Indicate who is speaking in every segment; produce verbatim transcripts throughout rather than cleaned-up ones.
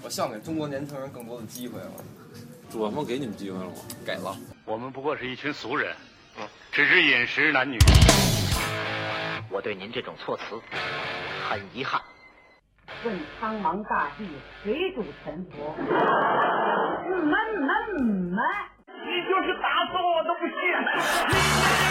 Speaker 1: 我希望给中国年轻人更多的机会了。
Speaker 2: 主办方给你们机会了吗？
Speaker 1: 给了。
Speaker 3: 我们不过是一群俗人，只知饮食男女。
Speaker 4: 我对您这种措辞很遗憾。
Speaker 5: 问苍茫大地，谁主沉浮？闷闷闷！
Speaker 3: 你就是打死我都不信。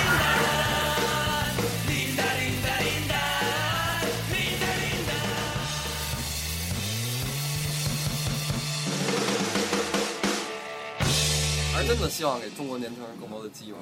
Speaker 1: 还是真的希望给中国年轻人更多的机会。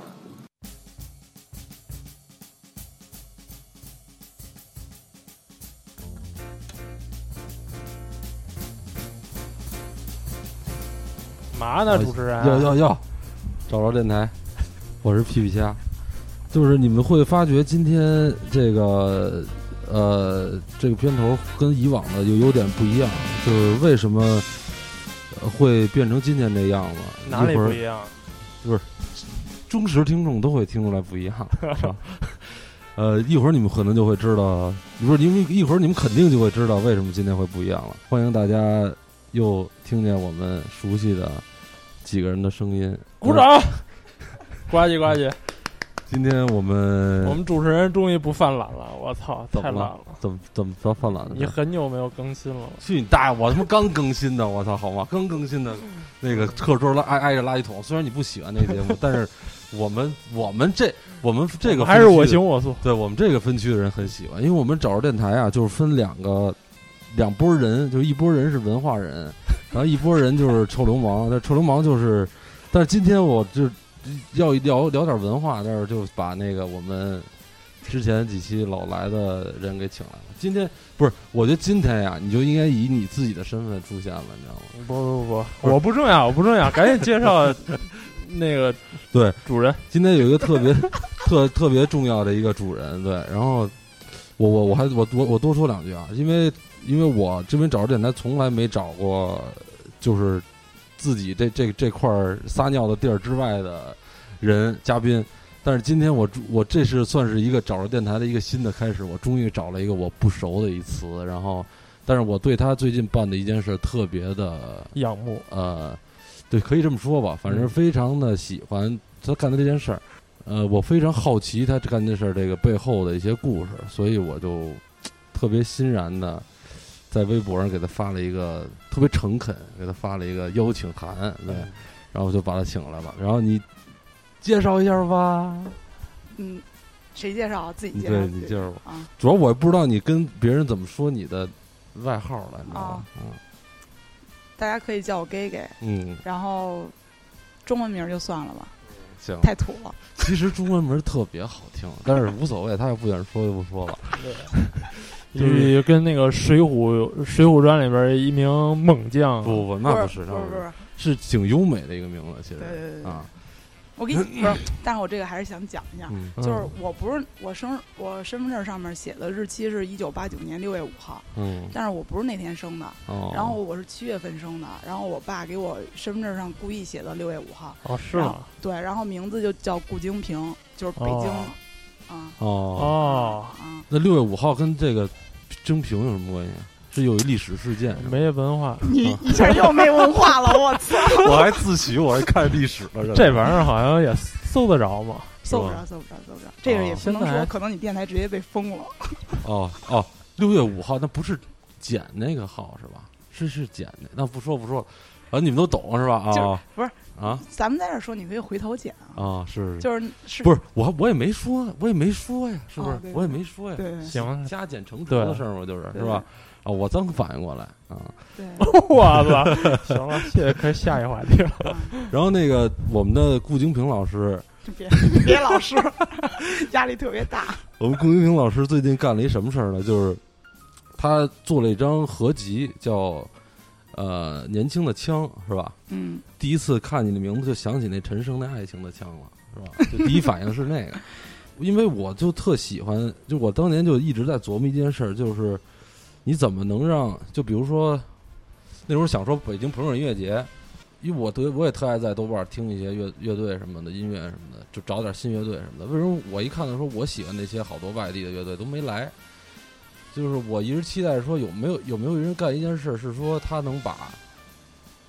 Speaker 6: 嘛呢，主持人？
Speaker 2: 要要要，找着电台，我是屁屁虾。就是你们会发觉今天这个呃这个片头跟以往的有有点不一样，就是为什么会变成今天这样嘛？
Speaker 6: 哪里不一样？
Speaker 2: 不是忠实听众都会听出来不一样，是吧？呃，一会儿你们可能就会知道，不是因为一会儿你们肯定就会知道为什么今天会不一样了。欢迎大家又听见我们熟悉的几个人的声音，
Speaker 6: 鼓掌！呱唧呱唧！
Speaker 2: 今天我们
Speaker 6: 我们主持人终于不犯懒了，我操，太懒了！
Speaker 2: 怎么怎么着犯懒了？
Speaker 6: 你很久没有更新了。
Speaker 2: 去你大爷！我他妈刚更新的，我操，好吗？刚更新的，那个课桌挨挨着垃圾桶。虽然你不喜欢那个节目，但是我们我们这我们这个
Speaker 6: 还是我行我素。
Speaker 2: 对我们这个分区的人很喜欢，因为我们找着电台啊，就是分两个两拨人，就是一拨人是文化人，然后一拨人就是臭流氓。这臭流氓就是，但是今天我就要聊聊点文化，但是就把那个我们之前几期老来的人给请来了。今天不是，我觉得今天呀，你就应该以你自己的身份出现了，你知道吗？
Speaker 6: 不不不不，我不重要，我不重要，赶紧介绍那个
Speaker 2: 对
Speaker 6: 主人。
Speaker 2: 今天有一个特别特特别重要的一个主人，对，然后我我我还我我我多说两句啊，因为因为我这边找着电台从来没找过，就是自己这这这块撒尿的地儿之外的人嘉宾。但是今天我我这是算是一个找着电台的一个新的开始，我终于找了一个我不熟的一词，然后，但是我对他最近办的一件事特别的
Speaker 6: 仰慕，
Speaker 2: 呃，对，可以这么说吧，反正非常的喜欢他干的这件事儿，呃，我非常好奇他干这事儿这个背后的一些故事，所以我就特别欣然的在微博上给他发了一个特别诚恳，给他发了一个邀请函，对，然后我就把他请来了，然后你。介绍一下吧。
Speaker 7: 嗯，谁介绍？自己介绍。
Speaker 2: 对，你介绍吧。
Speaker 7: 啊，
Speaker 2: 主要我也不知道你跟别人怎么说你的外号了，你知道吗？嗯，
Speaker 7: 大家可以叫我 gay gay。
Speaker 2: 嗯，
Speaker 7: 然后中文名就算了吧。
Speaker 2: 行，
Speaker 7: 太土了。
Speaker 2: 其实中文名特别好听，但是无所谓，他要不想说就不说了。
Speaker 6: 对。就是跟那个《水浒》《水浒传》里边一名猛将，
Speaker 2: 不不，那不是，
Speaker 7: 不是不是，
Speaker 2: 是挺优美的一个名字，其实。
Speaker 7: 对对对
Speaker 2: 啊。
Speaker 7: 我给你不是，但是我这个还是想讲一下，
Speaker 2: 嗯、
Speaker 7: 就是我不是我生我身份证上面写的日期是一九八九年六月五号，
Speaker 2: 嗯，
Speaker 7: 但是我不是那天生的，
Speaker 2: 哦，
Speaker 7: 然后我是七月份生的，然后我爸给我身份证上故意写的六月五号，
Speaker 6: 哦，是吗？
Speaker 7: 对，然后名字就叫顾京平，就是北京，
Speaker 6: 哦、
Speaker 7: 啊，
Speaker 2: 哦
Speaker 6: 哦，
Speaker 7: 啊，
Speaker 2: 那六月五号跟这个京平有什么关系？是有一历史事件，
Speaker 6: 没文化，
Speaker 7: 你一下又没文化了，我操！
Speaker 2: 我还自诩我还看历史了，
Speaker 6: 这玩意儿好像也搜得着吗？
Speaker 7: 搜不着，搜不着，搜不着。这个也不能说，可能你电台直接被封了。
Speaker 2: 哦哦，六月五号那不是减那个号是吧？是是减的，那不说不说了。啊，你们都懂是吧？啊，
Speaker 7: 不是
Speaker 2: 啊，
Speaker 7: 咱们在这说，你可以回头剪啊。
Speaker 2: 啊，是，
Speaker 7: 就是是，
Speaker 2: 不是我我也没说，我也没说呀，是不是？
Speaker 7: 哦、
Speaker 2: 我也没说呀。
Speaker 7: 对，
Speaker 6: 行，
Speaker 2: 加减乘除的事儿嘛，就是是吧？啊，我刚反应过来啊。
Speaker 7: 对，
Speaker 6: 我操，行了，谢谢，可以下一话题了。
Speaker 2: 然后那个我们的顾京平老师，
Speaker 7: 别别老师，压力特别大。
Speaker 2: 我们顾京平老师最近干了一什么事儿呢？就是他做了一张合集，叫。呃，年轻的枪是吧？
Speaker 7: 嗯，
Speaker 2: 第一次看你的名字就想起那陈升那爱情的枪了，是吧？就第一反应是那个，因为我就特喜欢，就我当年就一直在琢磨一件事，就是你怎么能让，就比如说那时候想说北京朋克音乐节，因为我特我也特爱在豆瓣听一些乐乐队什么的音乐什么的，就找点新乐队什么的。为什么我一看到说我喜欢那些好多外地的乐队都没来？就是我一直期待说有没有有没有人干一件事，是说他能把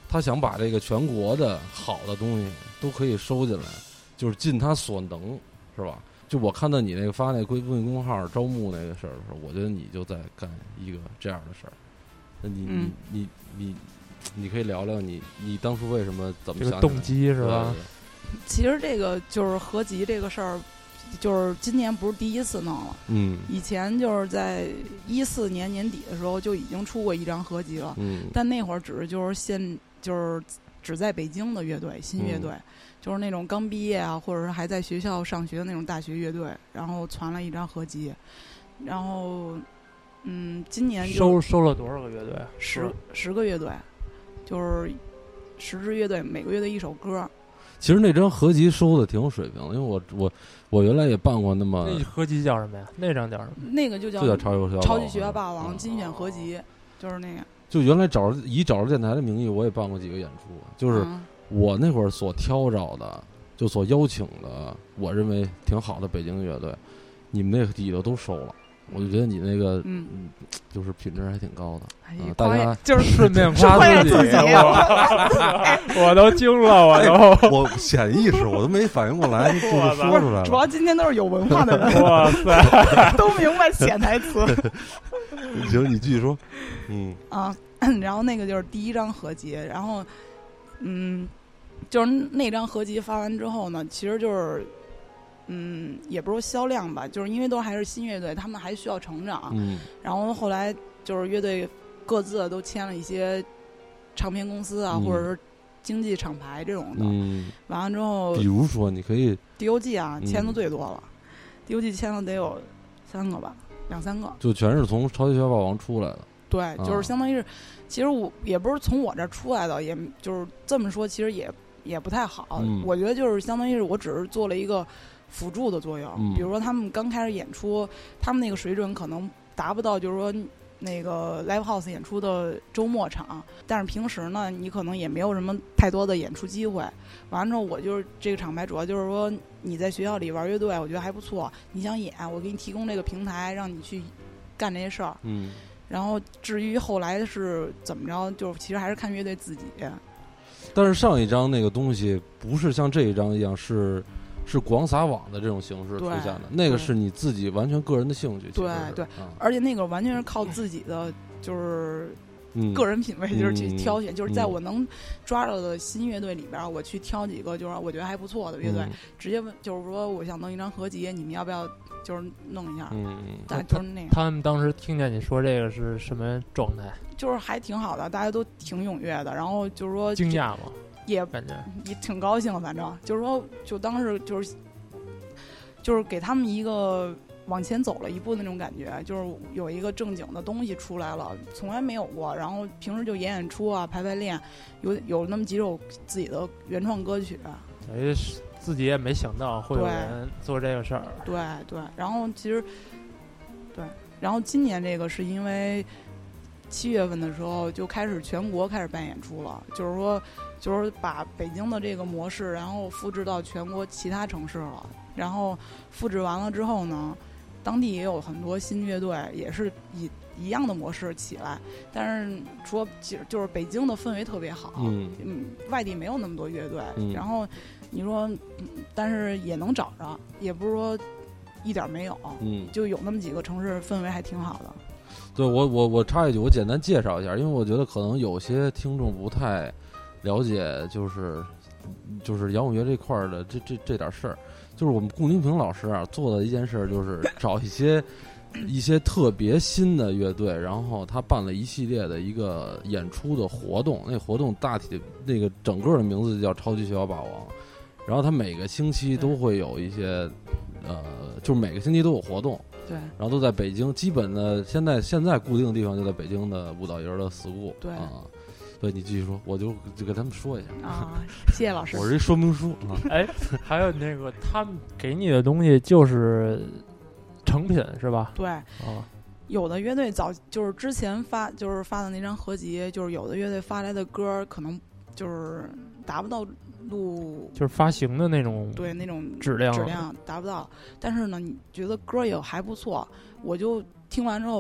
Speaker 2: 他想把这个全国的好的东西都可以收进来，就是尽他所能，是吧？就我看到你那个发那微信公号招募那个事儿的时候，我觉得你就在干一个这样的事儿。那你、嗯、你你你你可以聊聊你你当初为什么怎么想
Speaker 6: 这个动机是吧？
Speaker 7: 其实这个就是合集这个事儿，就是今年不是第一次弄了。嗯，以前就是在一四年年底的时候就已经出过一张合集了。嗯，但那会儿只是就是现就是只在北京的乐队，新乐队。嗯，就是那种刚毕业啊，或者是还在学校上学的那种大学乐队，然后传了一张合集，然后，嗯，今年就
Speaker 6: 收收了多少个乐队？
Speaker 7: 十十个乐队，就是十支乐队，每个乐队一首歌。
Speaker 2: 其实那张合集收的挺有水平，因为我我我原来也办过那么。
Speaker 6: 那合集叫什么呀？那张叫什么？
Speaker 7: 那个就叫
Speaker 2: 就叫超级学校
Speaker 7: 超级学校霸王精选合集，就是那个。
Speaker 2: 就原来找以找着电台的名义，我也办过几个演出，就是。嗯，我那会儿所挑着的，就所邀请的，我认为挺好的北京乐队，你们那个底头都收了，我就觉得你那个，嗯，就是品质还挺高的。哎
Speaker 7: 呀，
Speaker 2: 大家
Speaker 6: 就是顺便夸自己，我我都惊了，我都，
Speaker 2: 我潜意识我都没反应过来，就说出来了。
Speaker 7: 主要今天都是有文化的人，
Speaker 6: 哇塞，
Speaker 7: 都明白潜台词。
Speaker 2: 行，你继续说。嗯
Speaker 7: 啊，然后那个就是第一张合集，然后，嗯。就是那张合集发完之后呢，其实就是，嗯，也不是销量吧，就是因为都还是新乐队，他们还需要成长。嗯。然后后来就是乐队各自都签了一些唱片公司啊，嗯、或者是经纪厂牌这种的。嗯。完了之后，
Speaker 2: 比如说你可以
Speaker 7: D O G 啊，签的最多了、嗯、，D O G 签了得有三个吧，两三个。
Speaker 2: 就全是从超级学校霸王出来的。
Speaker 7: 对，就是相当于是，啊、其实我也不是从我这儿出来的，也就是这么说，其实也。也不太好、嗯，我觉得就是相当于是我只是做了一个辅助的作用、嗯。比如说他们刚开始演出，他们那个水准可能达不到，就是说那个 live house 演出的周末场，但是平时呢，你可能也没有什么太多的演出机会。完了之后，我就是这个厂牌主要就是说你在学校里玩乐队，我觉得还不错，你想演，我给你提供这个平台，让你去干这些事儿。嗯。然后至于后来是怎么着，就其实还是看乐队自己。
Speaker 2: 但是上一张那个东西不是像这一张一样是是广撒网的这种形式出现的，那个是你自己完全个人的兴趣。
Speaker 7: 对对、嗯，而且那个完全是靠自己的就是个人品味，就是去挑选，嗯、就是在我能抓着的新乐队里边，我去挑几个就是我觉得还不错的乐队，嗯、直接问就是说我想弄一张合集，你们要不要就是弄一下？嗯，但就是那个
Speaker 6: 他们当时听见你说这个是什么状态？
Speaker 7: 就是还挺好的，大家都挺踊跃的，然后就是说
Speaker 6: 惊讶吗？
Speaker 7: 也
Speaker 6: 感觉
Speaker 7: 也挺高兴的，反正就是说，就当时就是就是给他们一个往前走了一步那种感觉，就是有一个正经的东西出来了，从来没有过。然后平时就演演出啊，排排练，有有那么几首自己的原创歌曲。
Speaker 6: 哎，自己也没想到会有人做这个事儿。
Speaker 7: 对对，然后其实对，然后今年这个是因为。七月份的时候就开始全国开始办演出了，就是说，就是把北京的这个模式，然后复制到全国其他城市了。然后复制完了之后呢，当地也有很多新乐队，也是以一样的模式起来。但是说就是北京的氛围特别好，嗯嗯，外地没有那么多乐队。嗯、然后你说、嗯，但是也能找着，也不是说一点没有，嗯，就有那么几个城市氛围还挺好的。
Speaker 2: 对，我我我插一句，我简单介绍一下，因为我觉得可能有些听众不太了解，就是就是摇滚乐这块的这这这点事儿，就是我们顾宁平老师啊做的一件事，就是找一些一些特别新的乐队，然后他办了一系列的一个演出的活动，那活动大体那个整个的名字就叫超级学校霸王，然后他每个星期都会有一些呃，就是每个星期都有活动。
Speaker 7: 对，
Speaker 2: 然后都在北京，基本的现在现在固定的地方就在北京的舞蹈营的死库。
Speaker 7: 对
Speaker 2: 啊，对你继续说，我就就跟他们说一下
Speaker 7: 啊，谢谢老师。
Speaker 2: 我是一说明书啊。
Speaker 6: 哎，还有那个他们给你的东西就是成品是吧？
Speaker 7: 对，
Speaker 6: 哦，
Speaker 7: 有的乐队早就是之前发就是发的那张合集，就是有的乐队发来的歌可能就是达不到。录
Speaker 6: 就是发行的那种，
Speaker 7: 对那种
Speaker 6: 质量
Speaker 7: 质量达不到，但是呢，你觉得歌也还不错，我就听完之后，我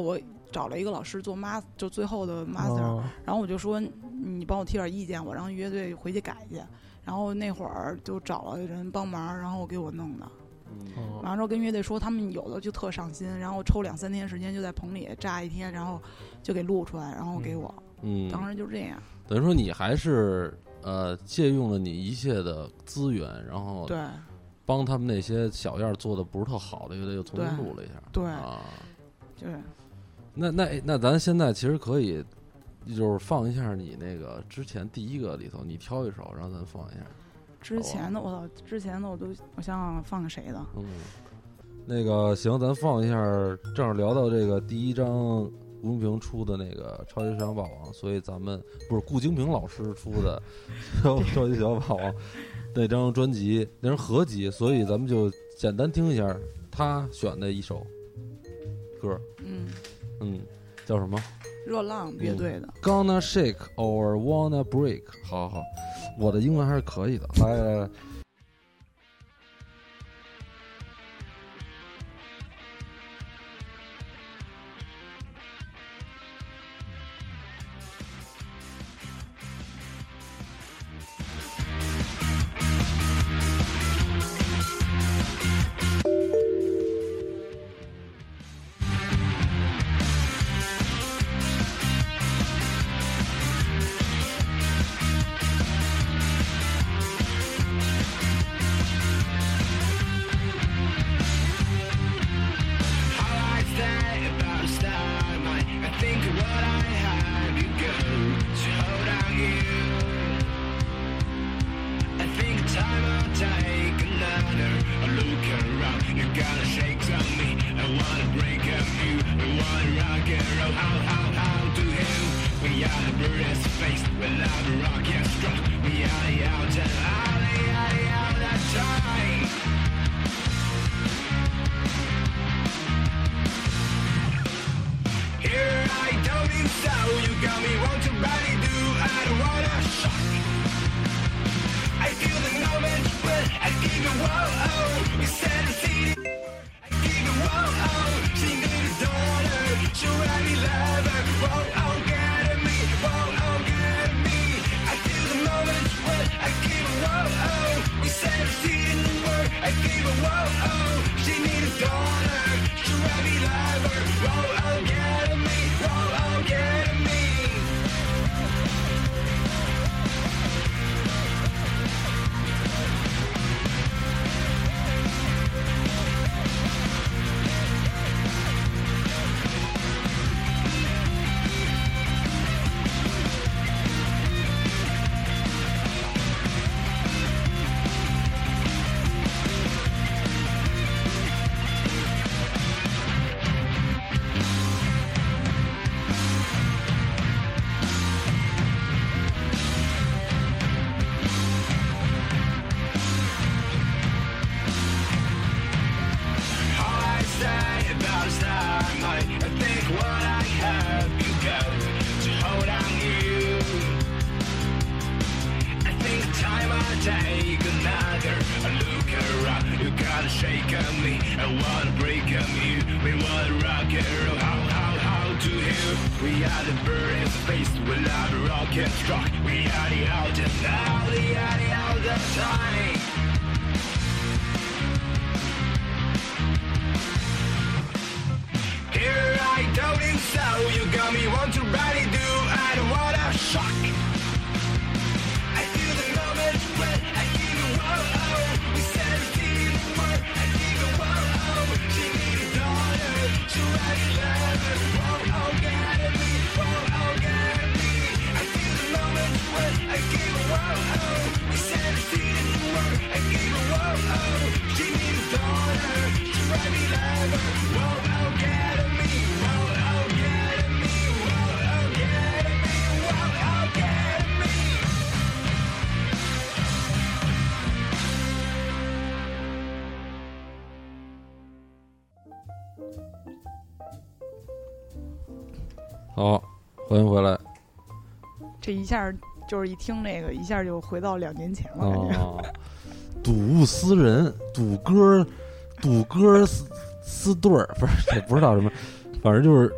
Speaker 7: 找了一个老师做 master， 就最后的 master，、
Speaker 6: 哦、
Speaker 7: 然后我就说你帮我提点意见，我让乐队回去改去。然后那会儿就找了人帮忙，然后给我弄的。
Speaker 6: 嗯，
Speaker 7: 完了之后跟乐队说，他们有的就特上心，然后抽两三天时间就在棚里扎一天，然后就给录出来，然后给我。
Speaker 2: 嗯，
Speaker 7: 当时就这样。
Speaker 2: 等于说你还是呃借用了你一切的资源，然后
Speaker 7: 对。
Speaker 2: 帮他们那些小样做的不是特好的乐队又重新录了一下。
Speaker 7: 对。
Speaker 2: 啊。
Speaker 7: 对。
Speaker 2: 那那那咱现在其实可以。就是放一下你那个之前第一个里头，你挑一首，然后咱放一下。
Speaker 7: 之前的我操，之前的我都我想想放个谁的。
Speaker 2: 嗯，那个行，咱放一下。正好聊到这个第一张吴京平出的那个《超级小霸王》，所以咱们不是顾京平老师出的《超级小霸王》那张专辑，那张合集，所以咱们就简单听一下他选的一首歌。
Speaker 7: 嗯
Speaker 2: 嗯，叫什么？
Speaker 7: 热浪乐队的、
Speaker 2: 嗯、Gonna shake or wanna break。 好好好，我的英文还是可以的。来来来好，欢迎回来。
Speaker 7: 这一下就是一听这个，一下就回到两年前了，感觉。
Speaker 2: 哦，睹物思人，赌歌，赌歌思思对儿，不是，也不知道什么，反正就是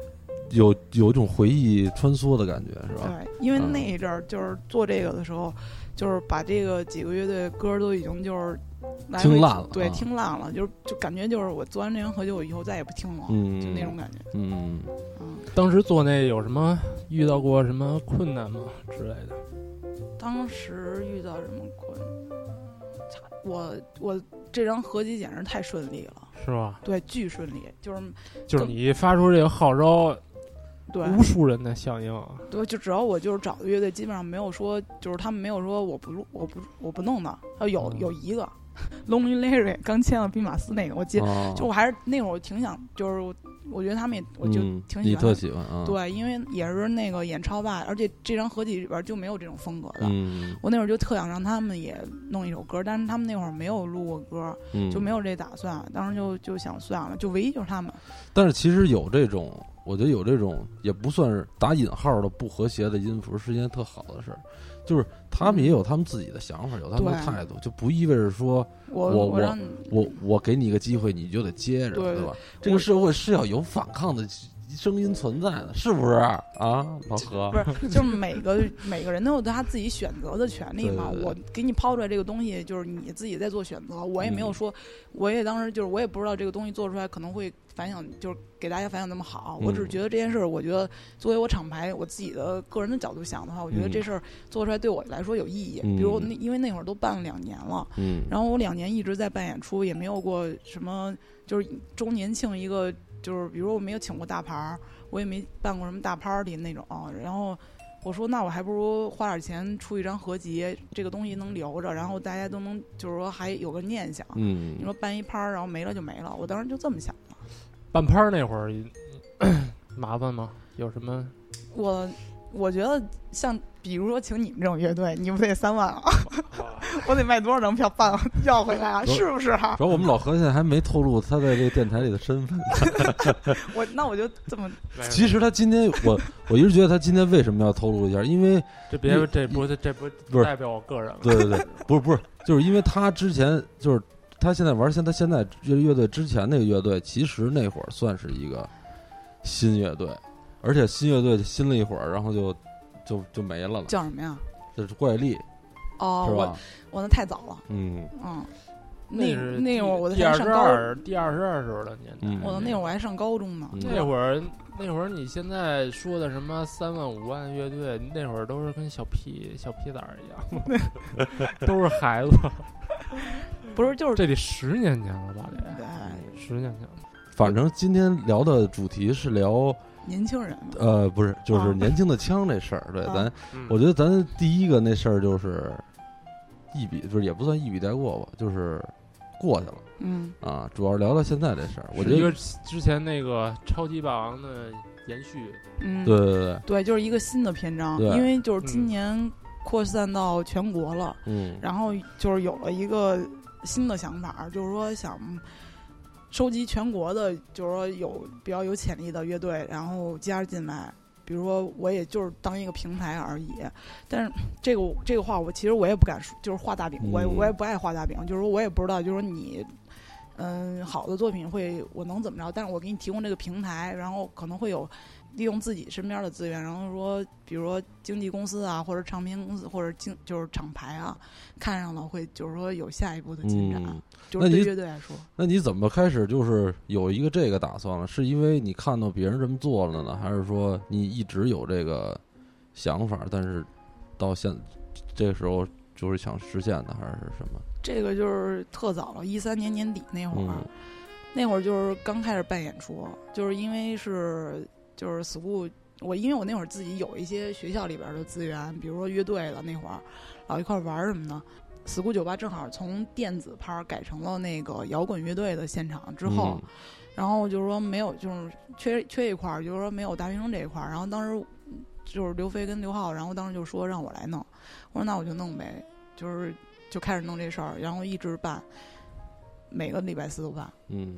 Speaker 2: 有有一种回忆穿梭的感觉，是吧？
Speaker 7: 对，因为那一阵儿就是做这个的时候，就是把这个几个乐队歌都已经就是来
Speaker 2: 听烂了，
Speaker 7: 对，
Speaker 2: 啊、
Speaker 7: 听烂了，就是就感觉就是我做完这张合集，我以后再也不听了，
Speaker 2: 嗯，
Speaker 7: 就那种感觉。
Speaker 2: 嗯
Speaker 7: 嗯。
Speaker 6: 当时做那有什么遇到过什么困难吗之类的？
Speaker 7: 当时遇到什么困难？我我这张合集简直太顺利了，
Speaker 6: 是吧？
Speaker 7: 对，巨顺利，就是
Speaker 6: 就是你发出这个号召，
Speaker 7: 对
Speaker 6: 无数人的响应。
Speaker 7: 对，就只要我就是找的乐队，基本上没有说，就是他们没有说我不录，我不我不弄的。啊，有有一个 Lonely Larry 刚签了比马斯那个，我记得，
Speaker 2: 哦、
Speaker 7: 就我还是那会儿我挺想，就是我我觉得他们也我就挺喜欢、
Speaker 2: 嗯，你特喜欢啊？
Speaker 7: 对，因为也是那个演超霸，而且这张合集里边就没有这种风格的。
Speaker 2: 嗯，
Speaker 7: 我那会儿就特想让他们也弄一首歌，但是他们那会儿没有录过歌，
Speaker 2: 嗯、
Speaker 7: 就没有这打算。当时就就想算了，就唯一就是他们。
Speaker 2: 但是其实有这种，我觉得有这种也不算是打引号的不和谐的音符，是一件特好的事儿。就是他们也有他们自己的想法，有他们的态度，就不意味着说
Speaker 7: 我
Speaker 2: 我
Speaker 7: 我让
Speaker 2: 我我给你一个机会，你就得接着，
Speaker 7: 对
Speaker 2: 对吧？这个社会是要有反抗的声音存在的，是不是啊，老何？
Speaker 7: 不是，就是每个每个人都有他自己选择的权利嘛。
Speaker 2: 对对对，
Speaker 7: 我给你抛出来这个东西，就是你自己在做选择。我也没有说，嗯、我也当时就是我也不知道这个东西做出来可能会反响，就是给大家反响那么好。
Speaker 2: 嗯、
Speaker 7: 我只是觉得这件事儿，我觉得作为我厂牌，我自己的个人的角度想的话，我觉得这事儿做出来对我来说有意义。
Speaker 2: 嗯、
Speaker 7: 比如那因为那会儿都办了两年了，
Speaker 2: 嗯，
Speaker 7: 然后我两年一直在办演出，也没有过什么就是周年庆一个。就是比如我没有请过大牌，我也没办过什么大 party 那种，然后我说那我还不如花点钱出一张合集，这个东西能留着，然后大家都能就是说还有个念想。
Speaker 2: 嗯，
Speaker 7: 你说办一拍然后没了就没了，我当时就这么想的。
Speaker 6: 办拍那会儿麻烦吗？有什么？
Speaker 7: 我我觉得像比如说请你们这种乐队，你不得三万啊？我得卖多少张票办要回来啊？是不是啊？
Speaker 2: 主要我们老何现在还没透露他在这个电台里的身份。
Speaker 7: 我那我就这么。
Speaker 2: 其实他今天我我一直觉得他今天为什么要透露一下？因为
Speaker 6: 这别这不这不
Speaker 2: 不
Speaker 6: 代表我个人了。
Speaker 2: 对对对，不是不是，就是因为他之前就是他现在玩现他现在乐乐队之前那个乐队，其实那会儿算是一个新乐队，而且新乐队新了一会儿，然后就就就没了了。
Speaker 7: 叫什么呀？
Speaker 2: 就是怪力。
Speaker 7: 哦，
Speaker 2: 是吧？
Speaker 7: 我我那太早了。
Speaker 2: 嗯
Speaker 7: 嗯，那
Speaker 6: 是
Speaker 7: 那会儿我
Speaker 6: 第二十
Speaker 7: 才上高，
Speaker 6: 二第二十二时候的年代。
Speaker 2: 嗯、
Speaker 7: 我那会儿我还上高中呢。
Speaker 2: 嗯、
Speaker 6: 那会儿那会儿你现在说的什么三万五万乐队，那会儿都是跟小屁小屁崽儿一样，都是孩子。
Speaker 7: 不是，就是
Speaker 6: 这得十年前了吧？
Speaker 7: 对，
Speaker 6: 十年前了。
Speaker 2: 反正今天聊的主题是聊。
Speaker 7: 年轻人，
Speaker 2: 呃，不是，就是年轻的枪这事儿。啊、对，咱、
Speaker 6: 嗯、
Speaker 2: 我觉得咱第一个那事儿就是一笔，就是也不算一笔带过吧，就是过去了。
Speaker 7: 嗯
Speaker 2: 啊，主要聊聊现在这事儿。我觉得
Speaker 6: 一个之前那个超级霸王的延续。
Speaker 7: 嗯，
Speaker 2: 对对对
Speaker 7: 对，就是一个新的篇章，因为就是今年扩散到全国了。
Speaker 2: 嗯，
Speaker 7: 然后就是有了一个新的想法，就是说想。收集全国的，就是说有比较有潜力的乐队，然后加入进来。比如说，我也就是当一个平台而已。但是这个这个话，我其实我也不敢说，就是画大饼，我也我也不爱画大饼。就是说我也不知道，就是说你，嗯，好的作品会我能怎么着？但是我给你提供这个平台，然后可能会有利用自己身边的资源，然后说，比如说经纪公司啊，或者唱片公司，或者经就是厂牌啊，看上了会就是说有下一步的进展。
Speaker 2: 嗯
Speaker 7: 就是对乐队来说，
Speaker 2: 那你怎么开始就是有一个这个打算了？是因为你看到别人这么做了呢，还是说你一直有这个想法，但是到现这个时候就是想实现的，还是什么？
Speaker 7: 这个就是特早了，一三年年底那会儿，嗯、那会儿就是刚开始办演出，就是因为是就是 school， 我因为我那会儿自己有一些学校里边的资源，比如说乐队了，那会儿老一块玩什么的。school 酒吧正好从电子拍改成了那个摇滚乐队的现场之后，
Speaker 2: 嗯、
Speaker 7: 然后就是说没有，就是缺缺一块，就是说没有大学生这一块。然后当时就是刘飞跟刘浩，然后当时就说让我来弄，我说那我就弄呗，就是就开始弄这事儿，然后一直办，每个礼拜四都办，
Speaker 2: 嗯，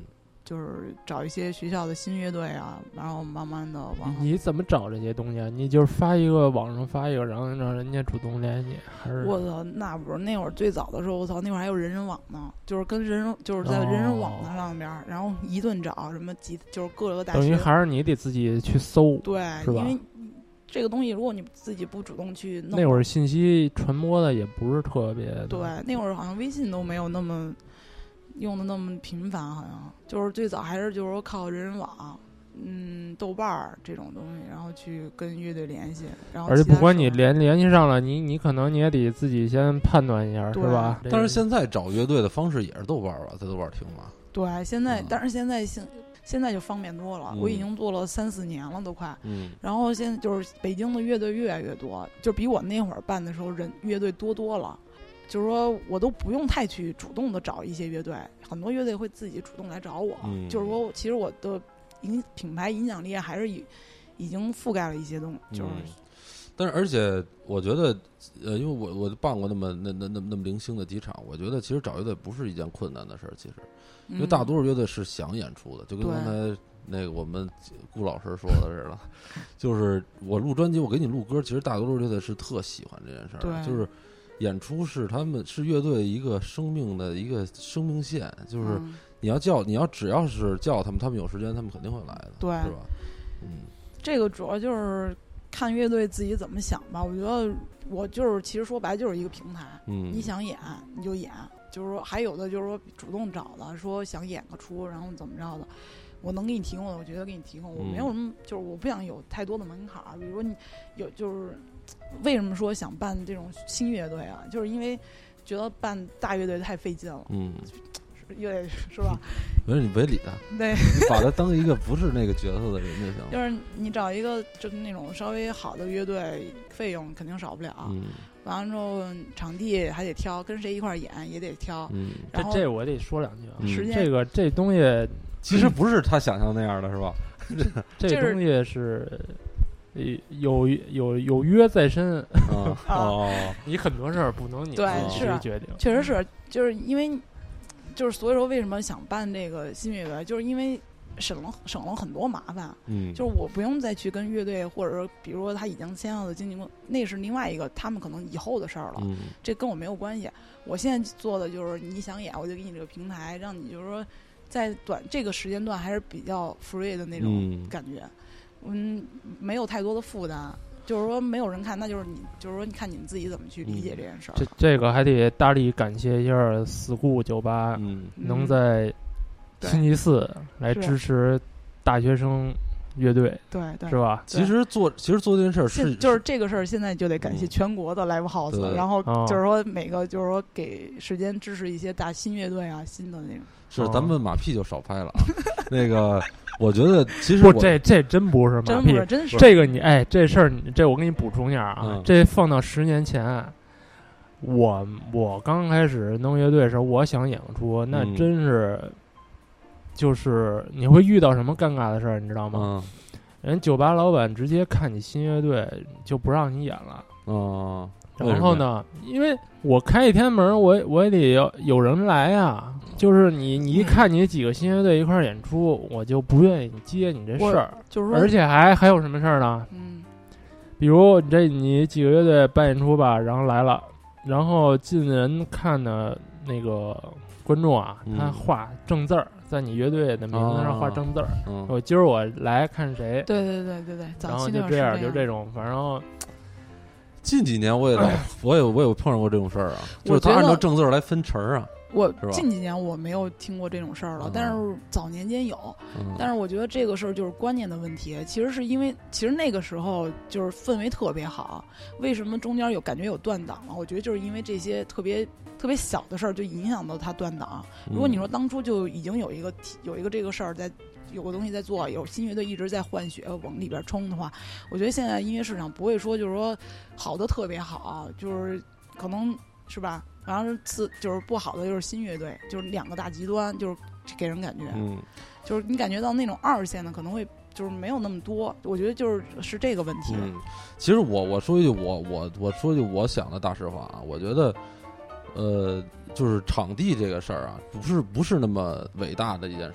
Speaker 7: 就是找一些学校的新乐队啊，然后慢慢的往
Speaker 6: 你怎么找这些东西啊？你就是发一个网上发一个，然后让人家主动联系，还是？
Speaker 7: 我操，那不是那会儿最早的时候，我操，那会儿还有人人网呢，就是跟人人就是在人人网的上边，哦、然后一顿找什么几就是各个大学，
Speaker 6: 等于还是你得自己去搜，
Speaker 7: 对，
Speaker 6: 是吧？
Speaker 7: 因为这个东西，如果你自己不主动去弄，
Speaker 6: 那会儿信息传播的也不是特别的。
Speaker 7: 对，那会儿好像微信都没有那么用的那么频繁，好像就是最早还是就是说靠人人网、嗯豆瓣儿这种东西，然后去跟乐队联系。然后
Speaker 6: 而且不管你联联系上了，你你可能你也得自己先判断一下，是吧？
Speaker 2: 但是现在找乐队的方式也是豆瓣吧，在豆瓣听嘛。
Speaker 7: 对，现在、
Speaker 2: 嗯、
Speaker 7: 但是现在现。现在就方便多了，
Speaker 2: 嗯、
Speaker 7: 我已经做了三四年了，都快。
Speaker 2: 嗯。
Speaker 7: 然后现在就是北京的乐队越来越多，就比我那会儿办的时候人乐队多多了。就是说我都不用太去主动的找一些乐队，很多乐队会自己主动来找我。
Speaker 2: 嗯、
Speaker 7: 就是说，其实我的影品牌影响力还是已已经覆盖了一些东西。就是，
Speaker 2: 嗯、但是而且我觉得，呃，因为我我办过那么那那那那么零星的几场，我觉得其实找乐队不是一件困难的事儿，其实。因为大多数乐队是想演出的，就跟刚才那个我们顾老师说的似的，就是我录专辑，我给你录歌，其实大多数乐队是特喜欢这件事儿，就是演出是他们是乐队一个生命的一个生命线，就是你要叫你要只要是叫他们，他们有时间，他们肯定会来的，
Speaker 7: 对，
Speaker 2: 是吧？嗯，
Speaker 7: 这个主要就是看乐队自己怎么想吧。我觉得我就是其实说白就是一个平台，
Speaker 2: 嗯，
Speaker 7: 你想演你就演。就是说，还有的就是说主动找的，说想演个出，然后怎么着的，我能给你提供的，我觉得给你提供。我没有什么，就是我不想有太多的门槛儿。比如说你有，就是为什么说想办这种新乐队啊？就是因为觉得办大乐队太费劲了。
Speaker 2: 嗯，
Speaker 7: 乐队是吧？
Speaker 2: 没事，你别理他。
Speaker 7: 对，
Speaker 2: 你把他当一个不是那个角色的人就行了。
Speaker 7: 就是你找一个就是那种稍微好的乐队，费用肯定少不了。
Speaker 2: 嗯。
Speaker 7: 完了之后，场地还得挑，跟谁一块演也得挑。
Speaker 2: 嗯，
Speaker 7: 然后
Speaker 6: 这这我得说两句啊。
Speaker 7: 时间
Speaker 6: 这个这东西
Speaker 2: 其实不是他想象那样的，是吧？
Speaker 6: 这东西是有有有约在身
Speaker 2: 啊哦，
Speaker 6: 你很多事儿不能你
Speaker 7: 对
Speaker 6: 自己决定。
Speaker 7: 确实是，就是因为就是所以说为什么想办这个新乐队，就是因为。省了省了很多麻烦，
Speaker 2: 嗯，
Speaker 7: 就是我不用再去跟乐队，或者说，比如说他已经签到的经纪公司，那是另外一个他们可能以后的事儿了，
Speaker 2: 嗯，
Speaker 7: 这跟我没有关系。我现在做的就是你想演，我就给你这个平台，让你就是说在短这个时间段还是比较 free 的那种感觉，嗯, 嗯，没有太多的负担。就是说没有人看，那就是你，就是说你看你们自己怎么去理解这件事儿。
Speaker 6: 这这个还得大力感谢一下 school 酒吧，
Speaker 2: 嗯，
Speaker 6: 能在星期四来支持大学生乐队，
Speaker 7: 对对，
Speaker 6: 是吧？
Speaker 2: 其实做其实做这件事儿是
Speaker 7: 就是这个事儿，现在就得感谢全国的 live house，、嗯、然后就是说每个就是说给时间支持一些大新乐队啊，新的那种。
Speaker 2: 是，咱们马屁就少拍了啊。那个，我觉得其实
Speaker 6: 不，这这真不是马屁，
Speaker 7: 真真是
Speaker 6: 这个你哎，这事儿你这我给你补充一下啊，
Speaker 2: 嗯、
Speaker 6: 这放到十年前。我我刚开始弄乐队的时候，我想演出，那真是。嗯就是你会遇到什么尴尬的事儿，你知道吗？
Speaker 2: 嗯，
Speaker 6: 人酒吧老板直接看你新乐队就不让你演了。
Speaker 2: 哦、
Speaker 6: 嗯，然后呢，因为我开一天门，我我也得有有人来啊。就是你你一看你几个新乐队一块儿演出，我就不愿意接你这事儿。
Speaker 7: 就是说，
Speaker 6: 而且还还有什么事儿呢？
Speaker 7: 嗯，
Speaker 6: 比如你这你几个乐队办演出吧，然后来了，然后进人看的那个观众啊，
Speaker 2: 嗯、
Speaker 6: 他画正字儿。在你乐队的名字上画正字儿，
Speaker 2: 哦、
Speaker 6: 我今儿我来看谁？
Speaker 7: 对对对对对，
Speaker 6: 然后就这样，就这种，反正
Speaker 2: 近几年我也我也我也碰上过这种事儿啊，就是他按照正字来分成啊。
Speaker 7: 我近几年我没有听过这种事儿了，
Speaker 2: 嗯、
Speaker 7: 但是早年间有。
Speaker 2: 嗯、
Speaker 7: 但是我觉得这个事儿就是观念的问题。其实是因为，其实那个时候就是氛围特别好。为什么中间有感觉有断档了？我觉得就是因为这些特别特别小的事儿就影响到他断档。如果你说当初就已经有一个有一个这个事儿在。有个东西在做，有新乐队一直在换血往里边冲的话，我觉得现在音乐市场不会说就是说好的特别好，就是可能是吧，然后次就是不好的就是新乐队，就是两个大极端，就是给人感觉，
Speaker 2: 嗯，
Speaker 7: 就是你感觉到那种二线的可能会就是没有那么多，我觉得就是是这个问题。
Speaker 2: 嗯，其实我我说一句我我我说一句我想的大实话啊，我觉得，呃，就是场地这个事儿啊，不是不是那么伟大的一件事儿。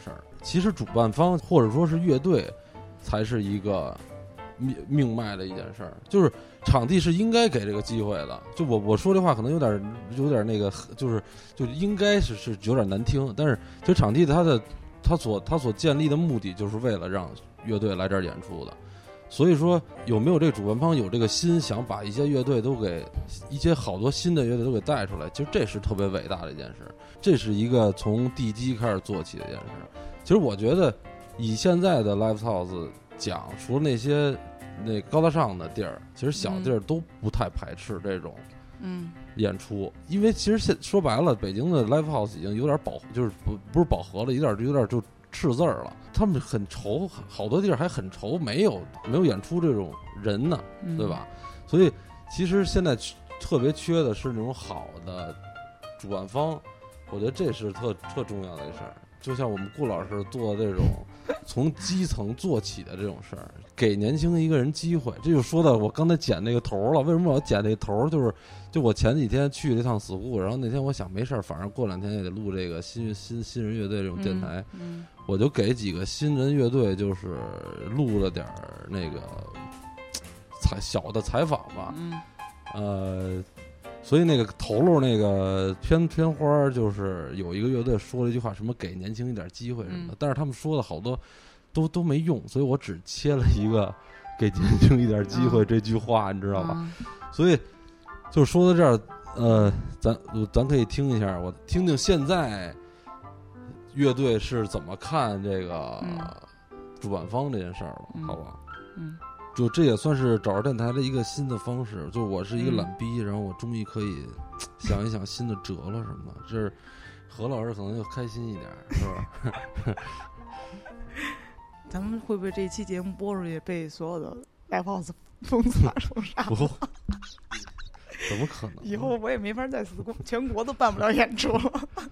Speaker 2: 其实主办方或者说是乐队才是一个命命脉的一件事儿，就是场地是应该给这个机会的。就我我说这话可能有点有点那个，就是就应该是是有点难听，但是其实场地它的它所它所建立的目的就是为了让乐队来这儿演出的。所以说有没有这个主办方有这个心想把一些乐队都给一些好多新的乐队都给带出来，其实这是特别伟大的一件事，这是一个从地基开始做起的一件事。其实我觉得以现在的 live house 讲，除了那些那高大上的地儿，其实小地儿都不太排斥这种
Speaker 7: 嗯
Speaker 2: 演出，嗯、因为其实现说白了，北京的 live house 已经有点饱，就是不不是饱和了，有点有点就赤字儿了。他们很愁，好多地儿还很愁，没有没有演出这种人呢，对吧？嗯、所以其实现在特别缺的是那种好的主办方，我觉得这是特特重要的一事儿。就像我们顾老师做这种从基层做起的这种事儿，给年轻一个人机会，这就说到我刚才剪那个头了。为什么我要剪那头？就是就我前几天去了一趟死户，然后那天我想没事儿，反正过两天也得录这个新新新人乐队这种电台，
Speaker 7: 嗯嗯、
Speaker 2: 我就给几个新人乐队就是录了点儿那个采小的采访吧，
Speaker 7: 嗯、
Speaker 2: 呃。所以那个头颅那个片片花就是有一个乐队说了一句话，什么给年轻一点机会什么的，嗯、但是他们说的好多都都没用，所以我只切了一个给年轻一点机会这句话，嗯、你知道吧？嗯、所以就说到这儿，呃，咱咱可以听一下，我听听现在乐队是怎么看这个主办方这件事儿了，
Speaker 7: 嗯、
Speaker 2: 好吧？
Speaker 7: 嗯。
Speaker 2: 就这也算是找着电台的一个新的方式，就我是一个懒逼，嗯、然后我终于可以想一想新的辙了什么的，这是何老师可能就开心一点，是吧？
Speaker 7: 咱们会不会这一期节目播出去被所有的 live house 封杀封杀？
Speaker 2: 不，怎么可能？
Speaker 7: 以后我也没法在四公全国都办不了演出了。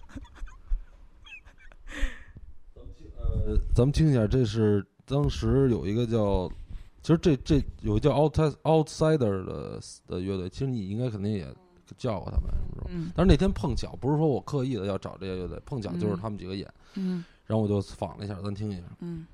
Speaker 2: 呃，咱们听一下，这是当时有一个叫。其实这这有叫 outside outsider 的的乐队，其实你应该肯定也叫过他们，是不是？嗯。但是那天碰巧，不是说我刻意的要找这些乐队，碰巧就是他们几个演，
Speaker 7: 嗯。
Speaker 2: 然后我就仿了一下，咱听一下。
Speaker 7: 嗯。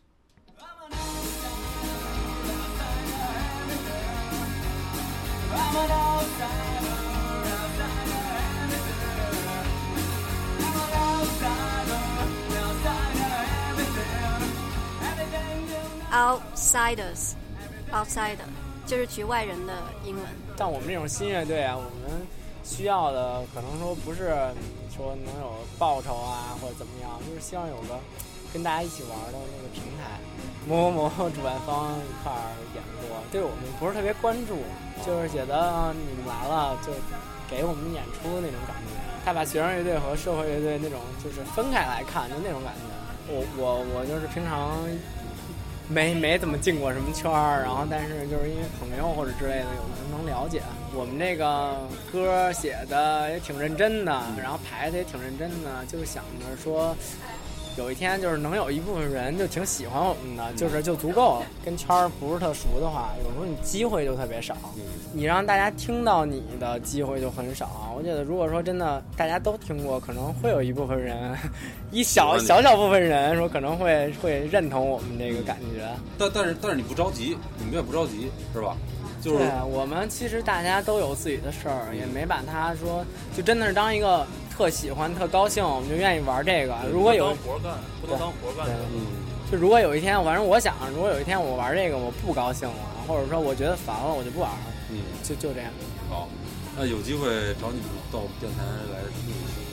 Speaker 8: Outsiders, outsider 就是局外人的英文。
Speaker 9: 像我们这种新乐队啊，我们需要的可能说不是说能有报酬啊或者怎么样，就是希望有个跟大家一起玩的那个平台。某某某主办方一块儿演过，对我们不是特别关注，就是觉得你们来了就给我们演出那种感觉。他把学生乐队和社会乐队那种就是分开来看，就那种感觉。我我我就是平常。没没怎么进过什么圈儿，然后但是就是因为朋友或者之类的，有人能了解。我们这个歌写的也挺认真的，然后排的也挺认真的，就是想着说，有一天就是能有一部分人就挺喜欢我们的，就是就足够了。跟圈儿不是特熟的话，有时候你机会就特别少，你让大家听到你的机会就很少。我觉得如果说真的大家都听过，可能会有一部分人，一小小小部分人说可能会会认同我们这个感觉。
Speaker 2: 但但是但是你不着急，你们也不着急，是吧？就是
Speaker 9: 对我们其实大家都有自己的事儿，也没把它说就真的是当一个特喜欢、特高兴，我们就愿意玩这个。如果有
Speaker 10: 当活干，不能当活干。
Speaker 9: 嗯。就如果有一天，反正我想，如果有一天我玩这个我不高兴了，或者说我觉得烦了，我就不玩了。
Speaker 2: 嗯，
Speaker 9: 就就这样。
Speaker 2: 好，那有机会找你们到我们电台来听一听。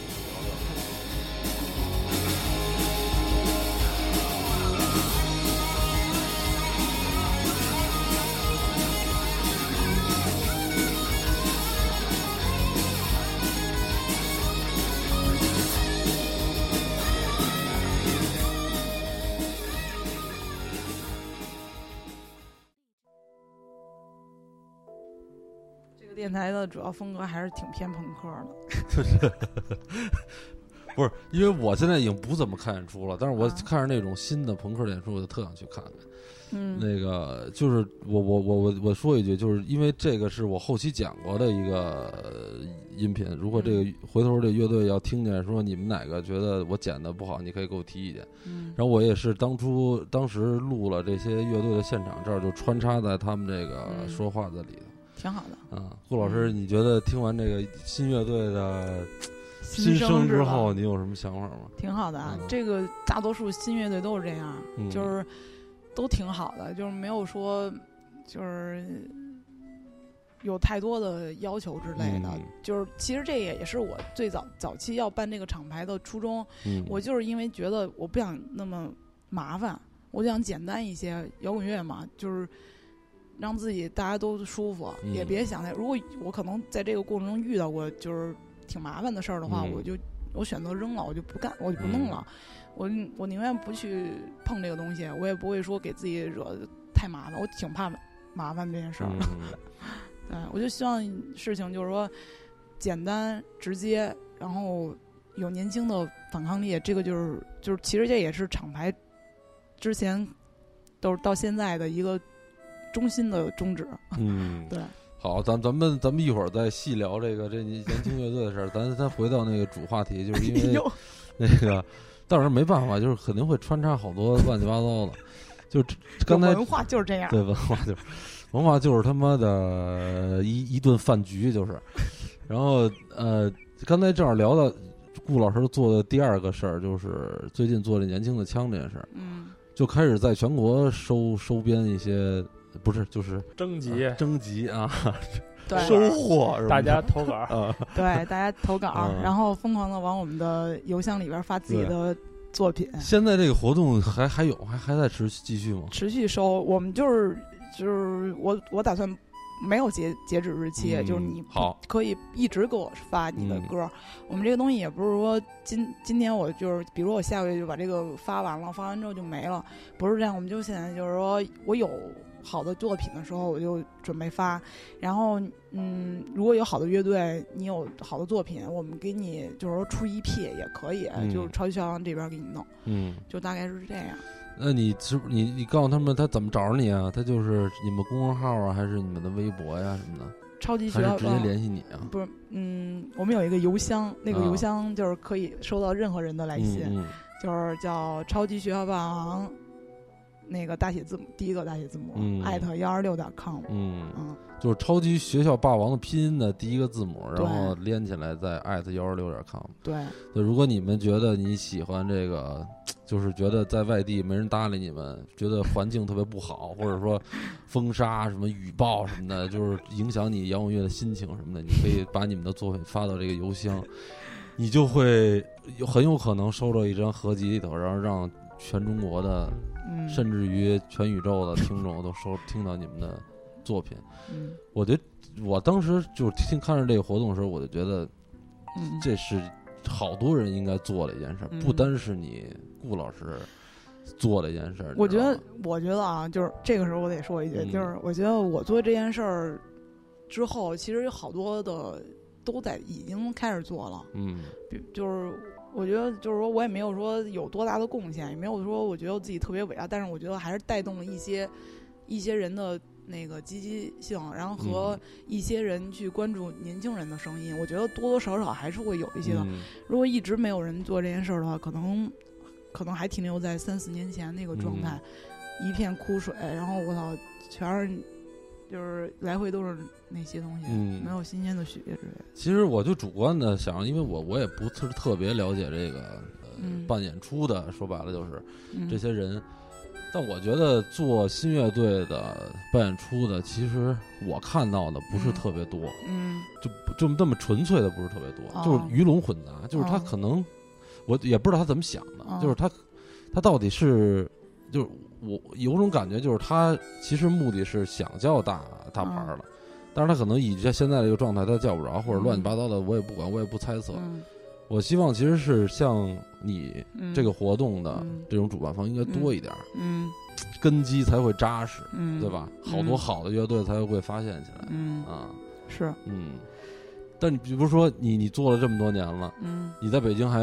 Speaker 7: 电台的主要风格还是挺偏朋克的。
Speaker 2: 不是，因为我现在已经不怎么看演出了，但是我
Speaker 7: 啊
Speaker 2: 看着那种新的朋克演出，我就特想去看看。
Speaker 7: 嗯，
Speaker 2: 那个就是我我我我我说一句，就是因为这个是我后期讲过的一个音频，如果这个回头这乐队要听见说你们哪个觉得我剪的不好，你可以给我提意见。
Speaker 7: 嗯，
Speaker 2: 然后我也是当初当时录了这些乐队的现场，这儿就穿插在他们这个说话在里头，
Speaker 7: 挺好的。
Speaker 2: 啊，顾老师，你觉得听完这个新乐队的
Speaker 7: 新
Speaker 2: 生之后，你有什么想法吗？
Speaker 7: 挺好的啊，
Speaker 2: 嗯、
Speaker 7: 这个大多数新乐队都是这样，
Speaker 2: 嗯、
Speaker 7: 就是都挺好的，就是没有说就是有太多的要求之类的。
Speaker 2: 嗯、
Speaker 7: 就是其实这也也是我最早早期要办这个厂牌的初衷。
Speaker 2: 嗯、
Speaker 7: 我就是因为觉得我不想那么麻烦，我就想简单一些，摇滚乐嘛，就是让自己大家都舒服，
Speaker 2: 嗯、
Speaker 7: 也别想太。如果我可能在这个过程中遇到过就是挺麻烦的事儿的话，
Speaker 2: 嗯、
Speaker 7: 我就我选择扔了，我就不干，我就不弄了。嗯、我我宁愿不去碰这个东西，我也不会说给自己惹太麻烦。我挺怕麻烦这件事儿的。
Speaker 2: 嗯、
Speaker 7: 对，我就希望事情就是说简单直接，然后有年轻的反抗力。这个就是就是其实这也是厂牌之前都是到现在的一个中心的宗旨。
Speaker 2: 嗯，
Speaker 7: 对。
Speaker 2: 好，咱咱们咱们一会儿再细聊这个这年轻乐队的事儿。咱咱回到那个主话题，就是因为那个，但是没办法，就是肯定会穿插好多乱七八糟的。就刚才
Speaker 7: 文化就是这样，
Speaker 2: 对，文化就是文化就是他妈的一一顿饭局，就是。然后呃，刚才正好聊到顾老师做的第二个事儿，就是最近做这年轻的枪这件事儿，
Speaker 7: 嗯，
Speaker 2: 就开始在全国收收编一些。不是，就是
Speaker 6: 征集、
Speaker 2: 啊、征集啊，
Speaker 7: 对，
Speaker 2: 收获是吧？
Speaker 6: 大家投稿
Speaker 2: 啊，
Speaker 7: 对，大家投稿，
Speaker 2: 啊、
Speaker 7: 然后疯狂的往我们的邮箱里边发自己的作品。
Speaker 2: 现在这个活动还还有，还还在持续继续吗？
Speaker 7: 持续收，我们就是就是我我打算没有截截止日期，
Speaker 2: 嗯、
Speaker 7: 就是你
Speaker 2: 好
Speaker 7: 可以一直给我发你的歌。嗯、我们这个东西也不是说今今天我就是，比如我下个月就把这个发完了，发完之后就没了，不是这样。我们就现在就是说我有好的作品的时候，我就准备发。然后，嗯，如果有好的乐队，你有好的作品，我们给你就是说出一批也可以，
Speaker 2: 嗯、
Speaker 7: 就是超级小王这边给你弄，
Speaker 2: 嗯，
Speaker 7: 就大概是这样。
Speaker 2: 那你是你你告诉他们他怎么找着你啊？他就是你们公众号啊，还是你们的微博呀、啊、什么的？
Speaker 7: 超级学校
Speaker 2: 还是直接联系你啊？
Speaker 7: 不是，嗯，我们有一个邮箱，那个邮箱就是可以收到任何人的来信，
Speaker 2: 嗯嗯、
Speaker 7: 就是叫超级学校霸王。那个大写字母，第一个大写字母，艾特幺二六点 com，
Speaker 2: 嗯
Speaker 7: 嗯，
Speaker 2: 就是超级学校霸王的拼音的第一个字母，然后连起来在艾特幺二六点 com。
Speaker 7: 对，
Speaker 2: 对，如果你们觉得你喜欢这个，就是觉得在外地没人搭理你们，觉得环境特别不好，或者说风沙、什么雨暴什么的，就是影响你摇滚乐的心情什么的，你可以把你们的作品发到这个邮箱，你就会有很有可能收到一张合集里头，然后让全中国的。
Speaker 7: 嗯、
Speaker 2: 甚至于全宇宙的听众都收听到你们的作品，
Speaker 7: 嗯，
Speaker 2: 我觉得我当时就是听看着这个活动的时候，我就觉得，
Speaker 7: 嗯，
Speaker 2: 这是好多人应该做的一件事，
Speaker 7: 嗯、
Speaker 2: 不单是你顾老师做的一件事。
Speaker 7: 我觉得，我觉得啊，就是这个时候我得说一句，
Speaker 2: 嗯、
Speaker 7: 就是我觉得我做这件事儿之后，其实有好多的都在已经开始做了，
Speaker 2: 嗯，
Speaker 7: 就是。我觉得就是说我也没有说有多大的贡献，也没有说我觉得我自己特别伟大，但是我觉得还是带动了一些一些人的那个积极性，然后和一些人去关注年轻人的声音。嗯、我觉得多多少少还是会有一些的。
Speaker 2: 嗯、如
Speaker 7: 果一直没有人做这件事儿的话，可能可能还停留在三四年前那个状态，嗯、一片枯水，然后我操，全是就是来回都是那些东西，
Speaker 2: 嗯、
Speaker 7: 没有新鲜的血之类的。
Speaker 2: 其实我就主观的想，因为我我也不是特别了解这个、呃
Speaker 7: 嗯、
Speaker 2: 办演出的，说白了就是、
Speaker 7: 嗯、
Speaker 2: 这些人。但我觉得做新乐队的办演出的，其实我看到的不是特别多，
Speaker 7: 嗯，
Speaker 2: 就就这么纯粹的不是特别多，
Speaker 7: 哦、
Speaker 2: 就是鱼龙混杂，就是他可能、哦、我也不知道他怎么想的，
Speaker 7: 哦、
Speaker 2: 就是他他到底是就是我有种感觉，就是他其实目的是想叫大大牌了。嗯，但是他可能以这现在这个状态他叫不着，或者乱七八糟的，我也不管，我也不猜测。
Speaker 7: 嗯、
Speaker 2: 我希望其实是像你这个活动的这种主办方应该多一点，
Speaker 7: 嗯，
Speaker 2: 根基才会扎实，
Speaker 7: 嗯，
Speaker 2: 对吧？好多好的乐队才会被发现起来，
Speaker 7: 嗯
Speaker 2: 啊，
Speaker 7: 是，
Speaker 2: 嗯。但你比如说你你做了这么多年了，
Speaker 7: 嗯，
Speaker 2: 你在北京还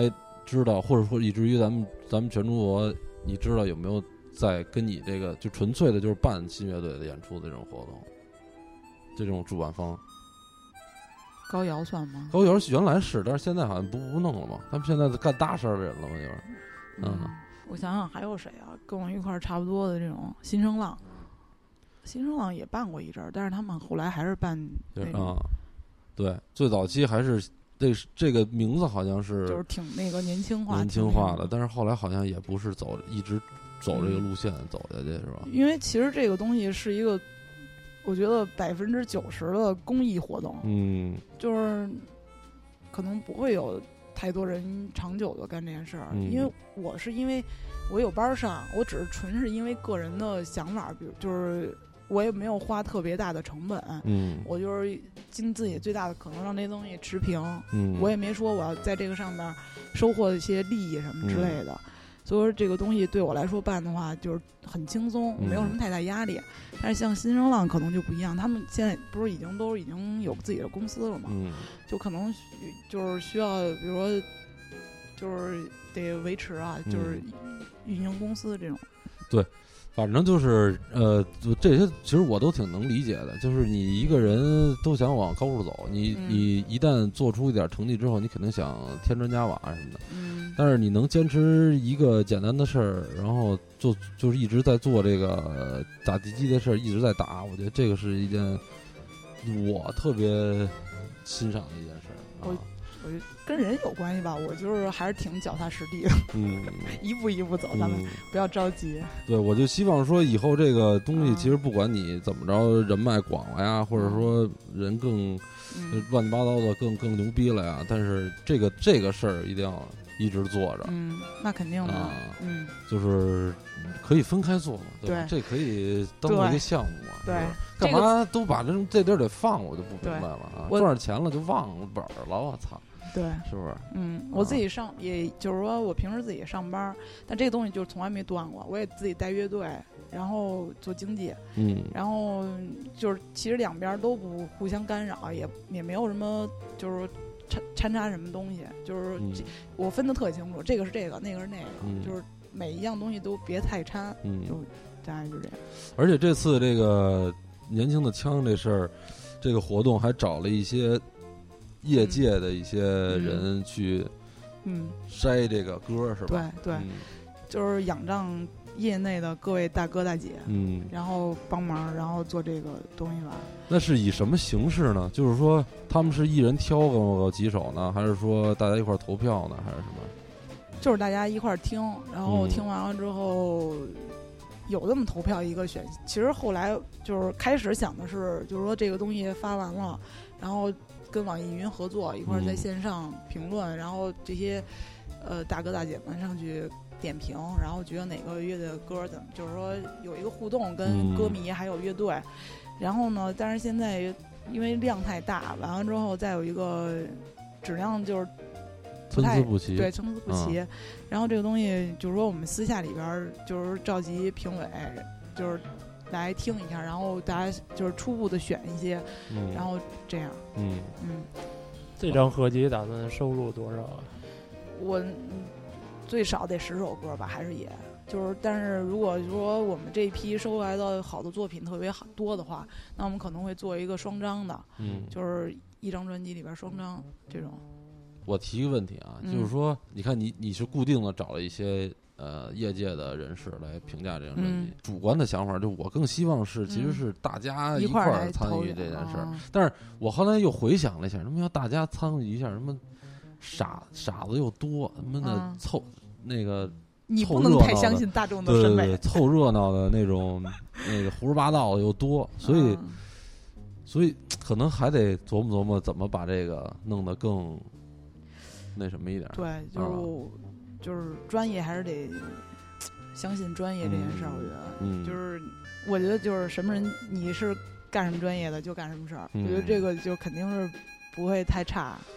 Speaker 2: 知道，或者说以至于咱们咱们全中国，你知道有没有在跟你这个就纯粹的就是办新乐队的演出的这种活动，这种主办方？
Speaker 7: 高瑶算吗？
Speaker 2: 高瑶原来是，但是现在好像不不弄了嘛。他们现在干大事儿的人了嘛，就是，嗯。
Speaker 7: 嗯，我想想还有谁啊？跟我一块儿差不多的这种新声浪，新声浪也办过一阵儿，但是他们后来还是办那种。
Speaker 2: 啊，对，最早期还是这这个名字好像是
Speaker 7: 就是挺那个年轻化、
Speaker 2: 年轻化的，但是后来好像也不是走一直走这个路线走下去，是吧？
Speaker 7: 因为其实这个东西是一个。我觉得百分之九十的公益活动，
Speaker 2: 嗯，
Speaker 7: 就是可能不会有太多人长久的干这件事儿，
Speaker 2: 嗯、
Speaker 7: 因为我是因为我有班上，我只是纯是因为个人的想法，比如就是我也没有花特别大的成本，
Speaker 2: 嗯，
Speaker 7: 我就是尽自己最大的可能让这东西持平，
Speaker 2: 嗯，
Speaker 7: 我也没说我要在这个上面收获一些利益什么之类的。嗯，所以说这个东西对我来说办的话就是很轻松，没有什么太大压力。嗯、但是像新声浪可能就不一样，他们现在不是已经都已经有自己的公司了嘛，
Speaker 2: 嗯，
Speaker 7: 就可能就是需要，比如说就是得维持啊，就是运营公司这种。
Speaker 2: 对，反正就是呃，这些其实我都挺能理解的。就是你一个人都想往高处走，你、嗯、你一旦做出一点成绩之后，你肯定想添砖加瓦什么的。
Speaker 7: 嗯，但
Speaker 2: 是你能坚持一个简单的事儿，然后就就是一直在做这个打地基的事儿，一直在打。我觉得这个是一件我特别欣赏的一件事儿。
Speaker 7: 我我觉得跟人有关系吧，我就是还是挺脚踏实地的，
Speaker 2: 嗯，
Speaker 7: 一步一步走，咱们不要着急。
Speaker 2: 嗯、对，我就希望说以后这个东西，其实不管你怎么着，人脉广了呀，或者说人更、嗯、乱七八糟的更更牛逼了呀，但是这个这个事儿一定要一直做着。
Speaker 7: 嗯，那肯定的。
Speaker 2: 啊、
Speaker 7: 嗯，
Speaker 2: 就是可以分开做嘛，对吧？
Speaker 7: 对，
Speaker 2: 这可以当做一个项目嘛。
Speaker 7: 对，
Speaker 2: 干嘛都把这这地儿得放，我就不明白了啊！
Speaker 7: 赚
Speaker 2: 点钱了就忘了本了，我操！
Speaker 7: 对，
Speaker 2: 是不是？
Speaker 7: 嗯，我自己上，啊、也就是说，我平时自己上班，但这个东西就是从来没断过。我也自己带乐队，然后做经济，
Speaker 2: 嗯，
Speaker 7: 然后就是其实两边都不互相干扰，也也没有什么就是掺掺杂什么东西，就是、嗯、我分得特清楚，这个是这个，那个是那个，
Speaker 2: 嗯、
Speaker 7: 就是每一样东西都别太掺，
Speaker 2: 嗯，
Speaker 7: 就大概就这样。
Speaker 2: 而且这次这个年轻的枪这事儿，这个活动还找了一些。业界的一些人去，
Speaker 7: 嗯，
Speaker 2: 筛这个歌、嗯、是
Speaker 7: 吧？对对、嗯，就是仰仗业内的各位大哥大姐，
Speaker 2: 嗯，
Speaker 7: 然后帮忙，然后做这个东西吧。
Speaker 2: 那是以什么形式呢？就是说他们是一人挑个几首呢，还是说大家一块儿投票呢，还是什么？
Speaker 7: 就是大家一块儿听，然后听完了之后。嗯，有这么投票一个选，其实后来就是开始想的是，就是说这个东西发完了，然后跟网易云合作，一块儿在线上评论，嗯、然后这些呃大哥大姐们上去点评，然后觉得哪个乐队的歌怎么，就是说有一个互动，跟歌迷还有乐队。嗯、然后呢，但是现在因为量太大，完了之后再有一个质量就是不太
Speaker 2: 参差不齐，
Speaker 7: 对，参差不齐。嗯、然后这个东西就是说，我们私下里边就是召集评委，就是来听一下，然后大家就是初步的选一些，
Speaker 2: 嗯、
Speaker 7: 然后这样。
Speaker 2: 嗯
Speaker 7: 嗯。
Speaker 6: 这张合集打算收录多少啊？
Speaker 7: 我最少得十首歌吧，还是也就是，但是如果说我们这一批收来的好的作品特别好多的话，那我们可能会做一个双张的，
Speaker 2: 嗯，
Speaker 7: 就是一张专辑里边双张这种。
Speaker 2: 我提一个问题啊，
Speaker 7: 嗯、
Speaker 2: 就是说，你看你你是固定的找了一些呃业界的人士来评价这张专辑，
Speaker 7: 嗯、
Speaker 2: 主观的想法就我更希望是其实是大家一块儿参与这件事儿。
Speaker 7: 嗯、
Speaker 2: 但是我后来又回想了一下，什么要大家参与一下，什么傻傻子又多，他妈的凑、嗯、那个。
Speaker 7: 你不能太相信大众的审美，
Speaker 2: 对对对，凑热闹的那种，那个胡说八道的又多，所以，
Speaker 7: 嗯、
Speaker 2: 所以可能还得琢磨琢磨怎么把这个弄得更那什么一点。
Speaker 7: 对，就是、
Speaker 2: 嗯、
Speaker 7: 就是专业还是得相信专业这件事儿。我觉得，
Speaker 2: 嗯，
Speaker 7: 就是我觉得就是什么人你是干什么专业的就干什么事儿。
Speaker 2: 嗯、
Speaker 7: 我觉得这个就肯定是不会太差。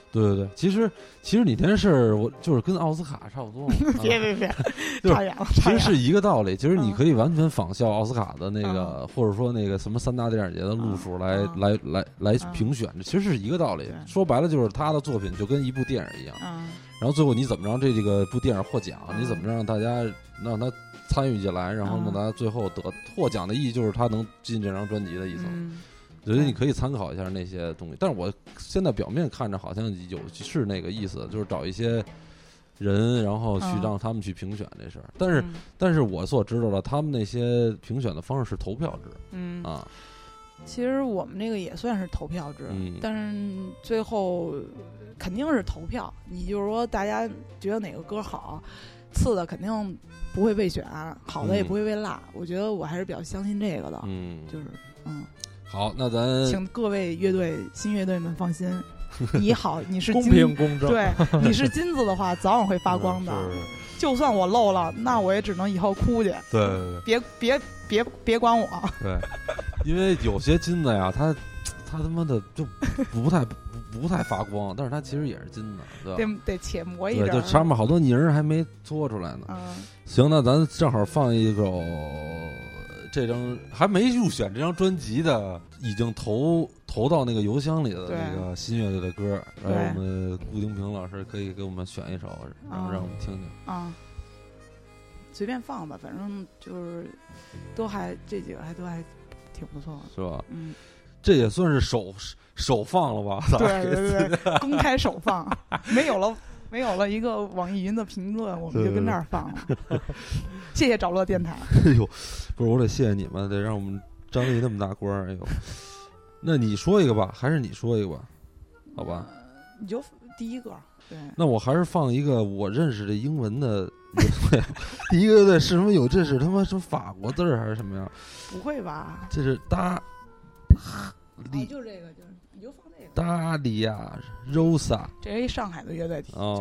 Speaker 2: 对对对，其实其实你这件事儿，我就是跟奥斯卡差不多嘛。
Speaker 7: 别别别，差远了。
Speaker 2: 其实是一个道理，其实你可以完全仿效奥斯卡的那个，
Speaker 7: 嗯、
Speaker 2: 或者说那个什么三大电影节的路数来、嗯、来来来评选，
Speaker 7: 嗯、
Speaker 2: 其实是一个道理。说白了就是他的作品就跟一部电影一样。
Speaker 7: 嗯、
Speaker 2: 然后最后你怎么让这这个部电影获奖？
Speaker 7: 嗯、
Speaker 2: 你怎么让大家让他参与进来？然后让大家最后得获奖的意义就是他能进这张专辑的意思。
Speaker 7: 嗯
Speaker 2: 我觉得你可以参考一下那些东西，但是我现在表面看着好像有是那个意思，就是找一些人，然后去让他们去评选这事儿。但是，
Speaker 7: 嗯、
Speaker 2: 但是我所知道的，他们那些评选的方式是投票制，
Speaker 7: 嗯
Speaker 2: 啊，
Speaker 7: 其实我们这个也算是投票制，
Speaker 2: 嗯、
Speaker 7: 但是最后肯定是投票。你就是说，大家觉得哪个歌好，次的肯定不会被选，好的也不会被落。嗯、我觉得我还是比较相信这个的，
Speaker 2: 嗯，
Speaker 7: 就是嗯。
Speaker 2: 好，那咱
Speaker 7: 请各位乐队新乐队们放心，你好，你是
Speaker 6: 公平公正，
Speaker 7: 对，你是金子的话，早晚会发光的。
Speaker 2: 嗯、
Speaker 7: 就算我漏了，那我也只能以后哭去。
Speaker 2: 对对对，
Speaker 7: 别别别别管我。
Speaker 2: 对，因为有些金子呀，它它他妈的就不太不不太发光，但是它其实也是金子，对吧？
Speaker 7: 得得且磨一阵，
Speaker 2: 对，就上面好多泥儿还没搓出来呢。
Speaker 7: 嗯，
Speaker 2: 行，那咱正好放一首。这张还没入选这张专辑的，已经投投到那个邮箱里的那个新乐队的歌，然后我们顾丁平老师可以给我们选一首，然后让我们听听
Speaker 7: 啊，随便放吧，反正就是都还这几个还都还挺不错的，
Speaker 2: 是吧？
Speaker 7: 嗯，
Speaker 2: 这也算是首首放了吧？
Speaker 7: 对对对，公开首放，没有了。没有了一个网易云的评论，我们就跟那儿放了。谢谢找乐电台。
Speaker 2: 哎呦，不是我得谢谢你们，得让我们张力那么大官儿。哎呦，那你说一个吧，还是你说一个吧？好吧，
Speaker 7: 呃、你就第一个。对。
Speaker 2: 那我还是放一个我认识的英文的乐队。第一个乐队是什么？有这是他妈什么法国字儿还是什么呀？
Speaker 7: 不会吧？
Speaker 2: 这是达
Speaker 7: 利、哦，就这个，就是你就放这个。
Speaker 2: 达利亚 Rosa，
Speaker 7: 这是一上海的乐队，
Speaker 2: 哦、
Speaker 7: 就是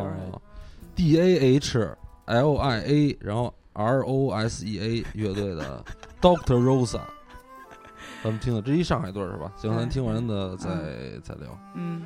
Speaker 2: D A H L I A， 然后 R O S E A 乐队的 Doctor Rosa。咱们听的这一上海队是吧？行，咱听完的再、嗯、再聊。
Speaker 7: 嗯。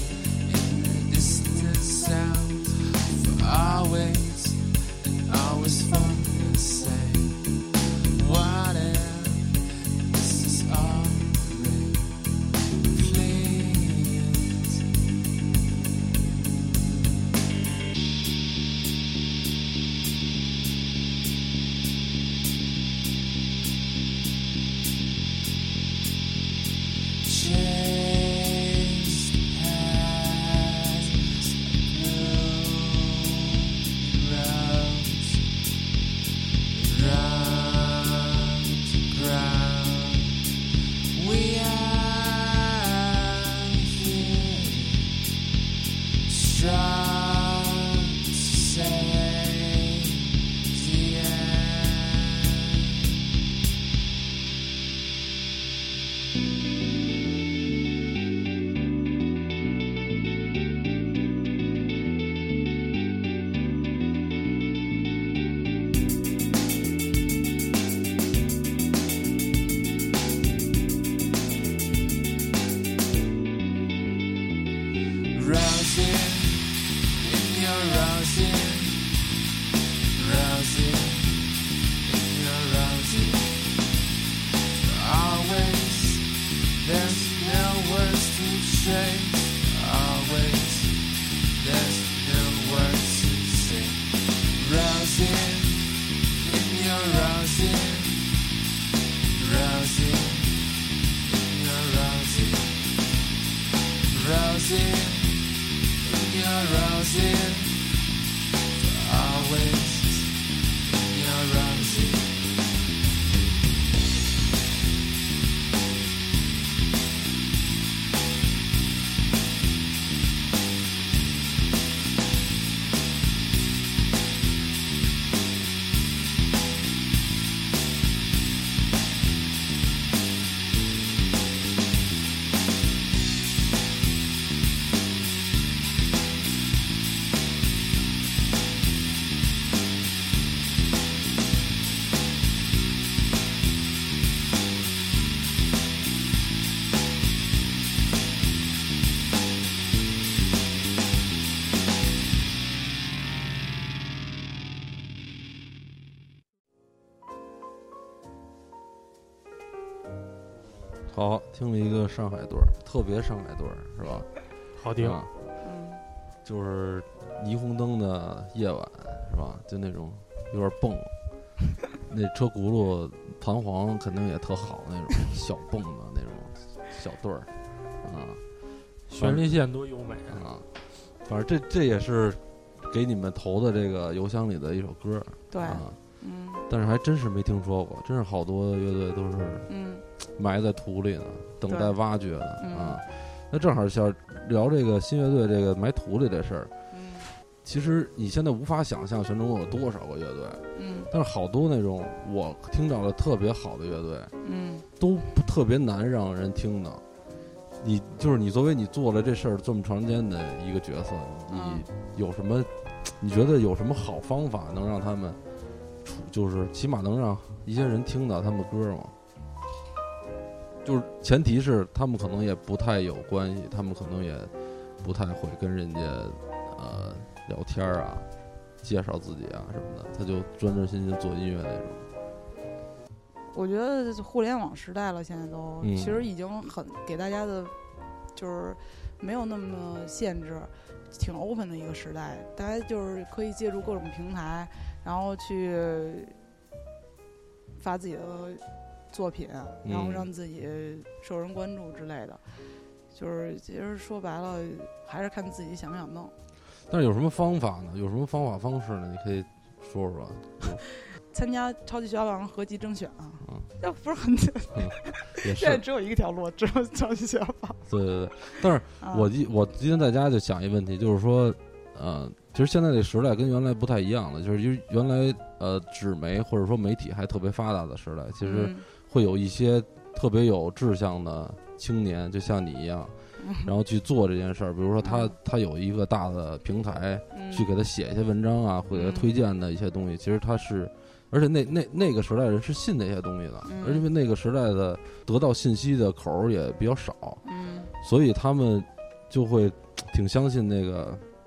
Speaker 11: Always just fun to say. What if this is all real? Please. Chase the past blue roads, round to ground. We are here, strong to say the end. Rousing in your rousing, rousing in your rousing. Always, there's no words to say. Always, there's no words to say. Rousing in your rousing, rousing in your rousing, rousing. You're rousing, always you're rousing.
Speaker 2: 好，听了一个上海队儿，特别上海队儿是吧？
Speaker 6: 好听，
Speaker 2: 啊、
Speaker 7: 嗯，
Speaker 2: 就是霓虹灯的夜晚是吧？就那种有点蹦，那车轱辘弹簧肯定也特好那种小蹦的那种小队儿啊，
Speaker 6: 旋律线多优美
Speaker 2: 啊！反正这这也是给你们投的这个邮箱里的一首歌，
Speaker 7: 对，
Speaker 2: 啊，
Speaker 7: 嗯，
Speaker 2: 但是还真是没听说过，真是好多乐队都是
Speaker 7: 嗯
Speaker 2: 埋在土里呢，等待挖掘的
Speaker 7: 嗯
Speaker 2: 啊。那正好想聊这个新乐队这个埋土里这事儿。
Speaker 7: 嗯，
Speaker 2: 其实你现在无法想象全中国有多少个乐队，
Speaker 7: 嗯，
Speaker 2: 但是好多那种我听到了特别好的乐队，
Speaker 7: 嗯，
Speaker 2: 都不特别难让人听的。你就是你作为你做了这事儿这么长时间的一个角色，你有什么？你觉得有什么好方法能让他们出，就是起码能让一些人听到他们的歌吗？就是前提是他们可能也不太有关系，他们可能也不太会跟人家呃聊天啊，介绍自己啊什么的，他就专专心心做音乐那种。
Speaker 7: 我觉得互联网时代了，现在都、
Speaker 2: 嗯、
Speaker 7: 其实已经很给大家的，就是没有那么限制，挺 open 的一个时代。大家就是可以借助各种平台，然后去发自己的作品，然后让自己受人关注之类的。嗯、就是其实说白了，还是看自己想不想弄。
Speaker 2: 但是有什么方法呢？有什么方法方式呢？你可以说说。嗯
Speaker 7: 参加超级学霸合集征选啊，
Speaker 2: 嗯，
Speaker 7: 这不是很简单、
Speaker 2: 嗯，也是。
Speaker 7: 现在只有一个条路，只有超级学霸。
Speaker 2: 对对对，但是我今、啊、我今天在家就想一个问题，就是说，呃，其实现在这时代跟原来不太一样了，就是原来呃纸媒或者说媒体还特别发达的时代，其实会有一些特别有志向的青年，就像你一样。然后去做这件事儿，比如说他、嗯、他有一个大的平台，嗯、去给他写一些文章啊，或者推荐的一些东西，嗯、其实他是，而且那那那个时代人是信那些东西的，嗯、而因为那个时代的得到信息的口儿也比较少，嗯，所以他们就会挺相信那个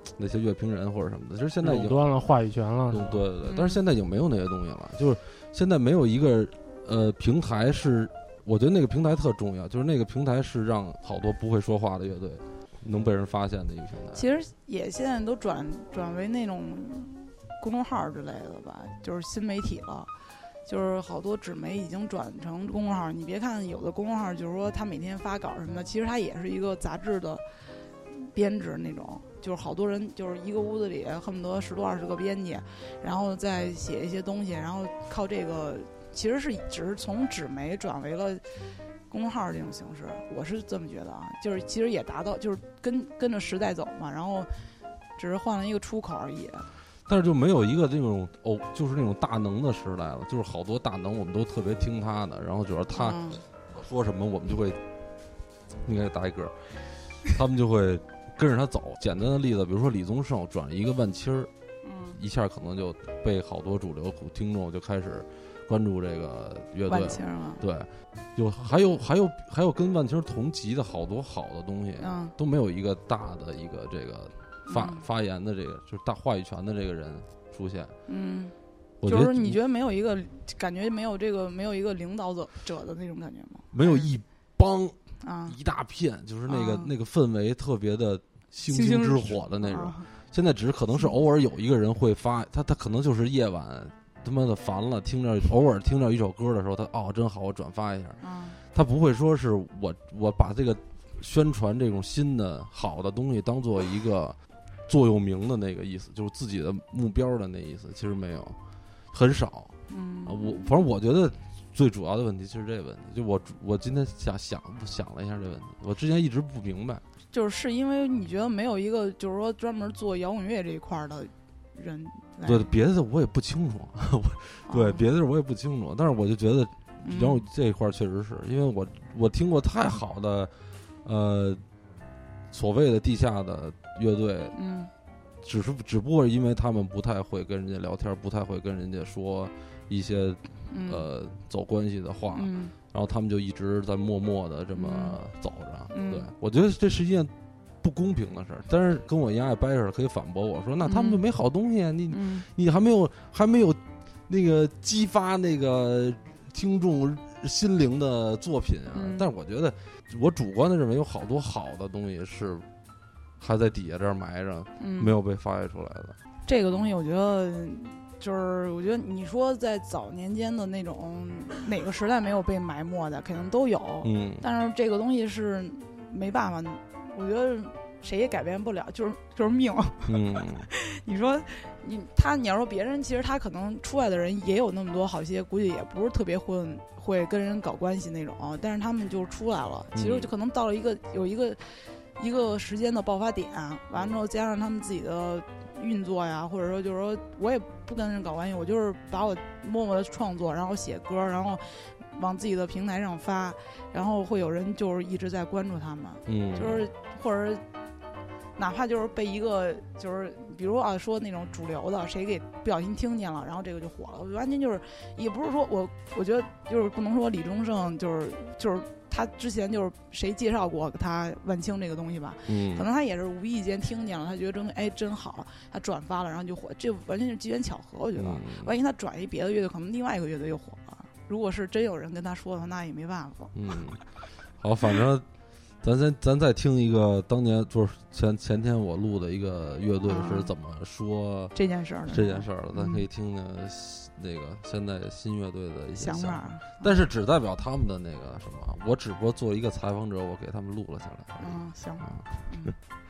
Speaker 2: 那些乐评人或者什么的。其实现在已经
Speaker 6: 垄断了话语权了。
Speaker 2: 对对对，但是现在已经没有那些东西了，就是现在没有一个呃平台是，我觉得那个平台特重要，就是那个平台是让好多不会说话的乐队能被人发现的一个平台。
Speaker 7: 其实也现在都转转为那种公众号之类的吧，就是新媒体了。就是好多纸媒已经转成公众号，你别看有的公众号就是说他每天发稿什么的，其实他也是一个杂志的编制那种，就是好多人就是一个屋子里恨不得十多二十个编辑，然后再写一些东西，然后靠这个其实是只是从纸媒转为了公众号这种形式，我是这么觉得啊，就是其实也达到就是跟跟着时代走嘛，然后只是换了一个出口而已。
Speaker 2: 但是就没有一个这种哦，就是那种大能的时代了，就是好多大能我们都特别听他的，然后只要他说什么我们就会应该打一嗝，他们就会跟着他走。简单的例子，比如说李宗盛转一个万青儿，嗯，一下可能就被好多主流听众就开始关注这个乐队了。对，有还有还有还有跟万青同级的好多好的东西，嗯，都没有一个大的一个这个。发发言的这个就是大话语权的这个人出现，嗯，
Speaker 7: 就是你觉得没有一个感觉，没有这个没有一个领导者者的那种感觉吗？
Speaker 2: 没有一帮啊一大片，就是那个、啊、那个氛围特别的星星之火的那种。啊、现在只是可能是偶尔有一个人会发，他他可能就是夜晚他妈的烦了，听着偶尔听着一首歌的时候，他哦真好，我转发一下。啊、他不会说是我我把这个宣传这种新的好的东西当做一个。座右铭的那个意思，就是自己的目标的那意思，其实没有，很少。嗯，啊、我反正我觉得最主要的问题就是这个问题。就我我今天想想想了一下这个问题，我之前一直不明白，
Speaker 7: 就是是因为你觉得没有一个就是说专门做摇滚乐这一块的人。
Speaker 2: 对，别的我也不清楚，我对、哦、别的我也不清楚，但是我就觉得，然后这一块确实是因为我我听过太好的，呃，所谓的地下的。乐队，嗯，只是只不过是因为他们不太会跟人家聊天，不太会跟人家说一些、嗯、呃走关系的话，嗯、然后他们就一直在默默的这么走着。嗯、对，我觉得这是一件不公平的事儿。但是跟我一样爱掰扯，可以反驳我说，那他们就没好东西啊！你、嗯、你还没有还没有那个激发那个听众心灵的作品啊！嗯、但是我觉得，我主观的认为有好多好的东西是。还在底下这儿埋着，嗯、没有被发掘出来的。
Speaker 7: 这个东西，我觉得就是，我觉得你说在早年间的那种哪个时代没有被埋没的，肯定都有。嗯，但是这个东西是没办法，我觉得谁也改变不了，就是就是命。嗯，你说你他，你要说别人，其实他可能出来的人也有那么多好些，估计也不是特别会会跟人搞关系那种，但是他们就出来了。其实就可能到了一个有一个。一个时间的爆发点，完了之后加上他们自己的运作呀，或者说就是说我也不跟人搞关系，我就是把我默默的创作，然后写歌，然后往自己的平台上发，然后会有人就是一直在关注他们，嗯，就是或者哪怕就是被一个就是比如啊说那种主流的谁给不小心听见了，然后这个就火了，完全就是也不是说我我觉得就是不能说李宗盛就是就是。他之前就是谁介绍过他万青这个东西吧，嗯，可能他也是无意间听见了，他觉得真哎真好，他转发了，然后就火，这完全是机缘巧合，我觉得。嗯、万一他转一别的乐队，可能另外一个乐队又火了。如果是真有人跟他说的话，那也没办法。
Speaker 2: 嗯，好，反正咱先咱再听一个当年就是前前天我录的一个乐队是怎么说、
Speaker 7: 啊、这件事儿的
Speaker 2: 这件事儿的，咱可以听听。那个现在新乐队的一些
Speaker 7: 想法，
Speaker 2: 但是只代表他们的那个什么，我只不过作为一个采访者，我给他们录了下来。
Speaker 7: 嗯，行。
Speaker 12: 嗯、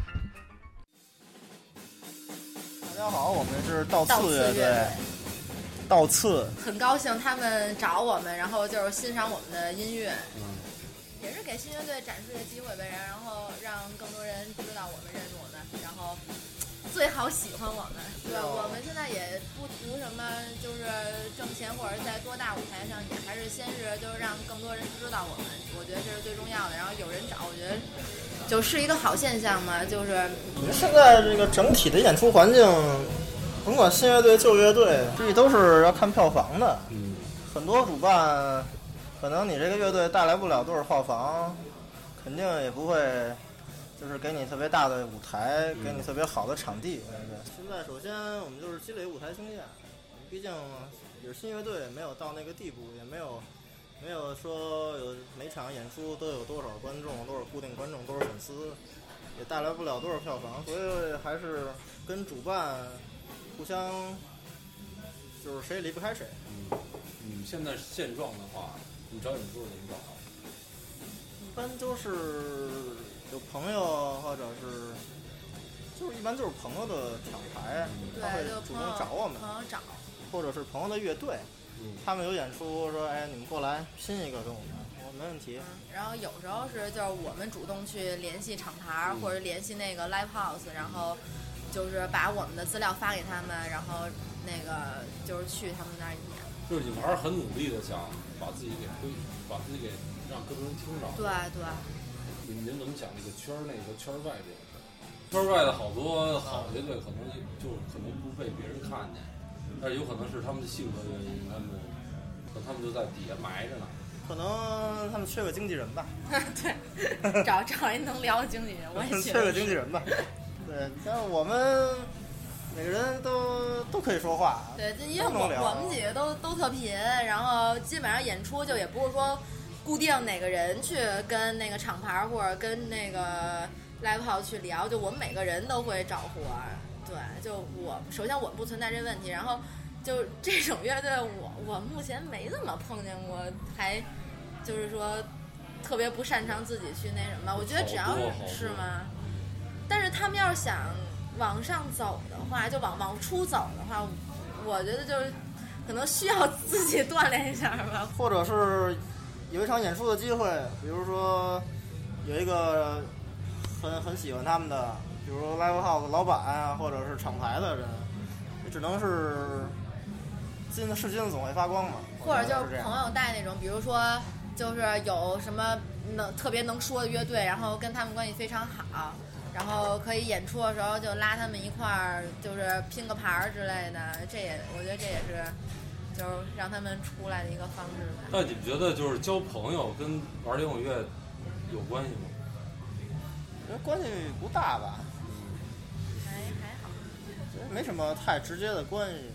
Speaker 12: 大家好，我们是倒刺乐队。倒刺。
Speaker 13: 很高兴他们找我们，然后就是欣赏我们的音乐，嗯、也是给新乐队展示的机会呗，然后让更多人知道我们、认识我们，然后。最好喜欢我们，对吧？我们现在也不图什么，就是挣钱或者在多大舞台上，也还是先是就是让更多人知道我们，我觉得这是最重要的。然后有人找，我觉得就是一个好现象嘛。就是
Speaker 12: 现在这个整体的演出环境，甭管新乐队旧乐队，这都是要看票房的。嗯，很多主办可能你这个乐队带来不了多少票房，肯定也不会就是给你特别大的舞台，给你特别好的场地。对对。现在首先我们就是积累舞台经验，毕竟也是新乐队，没有到那个地步，也没有没有说有每场演出都有多少观众，多少固定观众，多少粉丝，也带来不了多少票房，所以还是跟主办互相就是谁也离不开谁。
Speaker 2: 嗯，你现在现状的话，你找演出是怎么找的？
Speaker 12: 一般都是有朋友，或者是就是一般就是朋友的厂牌，他会主动找我们，
Speaker 13: 朋友找，
Speaker 12: 或者是朋友的乐队，嗯、他们有演出说，哎，你们过来拼一个跟我们，我没问题。
Speaker 13: 嗯、然后有时候是就是我们主动去联系厂牌、嗯、或者联系那个 live house， 然后就是把我们的资料发给他们，然后那个就是去他们那儿演。
Speaker 2: 就是你们还是很努力的想把自己给推，把自己给让更多人听着。
Speaker 13: 对对。
Speaker 2: 您您怎么想那个圈内和圈外这个事儿？圈外的好多好乐队可能就可能不被别人看见，但是有可能是他们的性格原因，他们可他们就在底下埋着呢。
Speaker 12: 可能他们缺个经纪人吧。
Speaker 13: 对，找找一能聊的经纪人，我也
Speaker 12: 缺个经纪人吧。对，但是我们每个人都都可以说话。
Speaker 13: 对，因为我我们几个都都特贫，然后基本上演出就也不是说固定哪个人去跟那个厂牌或者跟那个 live house 去聊，就我们每个人都会找活儿。对，就我首先我们不存在这问题，然后就这种乐队我我目前没怎么碰见过，还就是说特别不擅长自己去那什么。我觉得只要是是吗？但是他们要是想往上走的话，就往往出走的话，我觉得就是可能需要自己锻炼一下吧，
Speaker 12: 或者是有一场演出的机会，比如说有一个很很喜欢他们的，比如说 live house 老板啊，或者是厂牌的人，也只能是金是金子总会发光嘛。
Speaker 13: 或者就是朋友带那种，比如说就是有什么能特别能说的乐队，然后跟他们关系非常好，然后可以演出的时候就拉他们一块儿，就是拼个牌儿之类的。这也我觉得这也是就是让他们出来的一个方式吧。
Speaker 2: 那你们觉得就是交朋友跟玩摇滚乐有关系吗？
Speaker 12: 我觉得关系不大吧，
Speaker 13: 还还好，
Speaker 12: 没什么太直接的关系。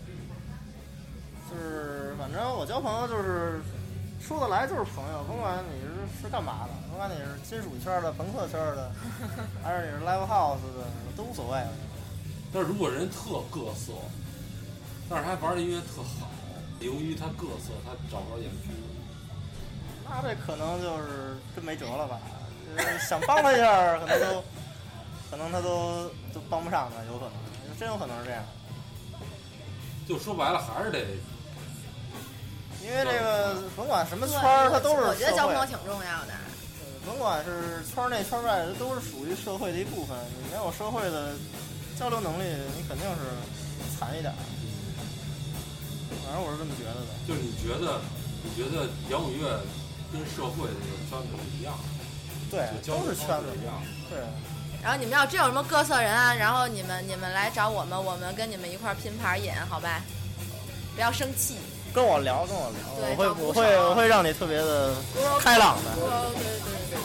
Speaker 12: 就是反正我交朋友就是说得来就是朋友，甭管你是是干嘛的，甭管你是金属圈的、朋克圈的，还是你是 live house 的，都无所谓。
Speaker 2: 但是如果人特各色，但是他玩的音乐特好，由于他各色，他找不着演出，
Speaker 12: 那这可能就是真没辙了吧？想帮他一下，可能都可能他都都帮不上呢，有可能，真有可能是这样。
Speaker 2: 就说白了，还是得。
Speaker 12: 因为这个甭管什么圈儿，它都是
Speaker 13: 我觉得交朋友挺重要的。
Speaker 12: 甭管是圈内圈外，都是属于社会的一部分。你没有社会的交流能力，你肯定是惨一点。反正我是这么觉得的。
Speaker 2: 就是你觉得，你觉得摇滚乐跟社会这个圈子是一样的？
Speaker 12: 对，都是圈子
Speaker 2: 一样。
Speaker 12: 对。
Speaker 13: 然后你们要真有什么各色人啊，然后你们你们来找我们，我们跟你们一块儿拼盘演，好吧？不要生气。
Speaker 12: 跟我聊，跟我聊，我会我会我会让你特别的开朗的。
Speaker 13: 对对对对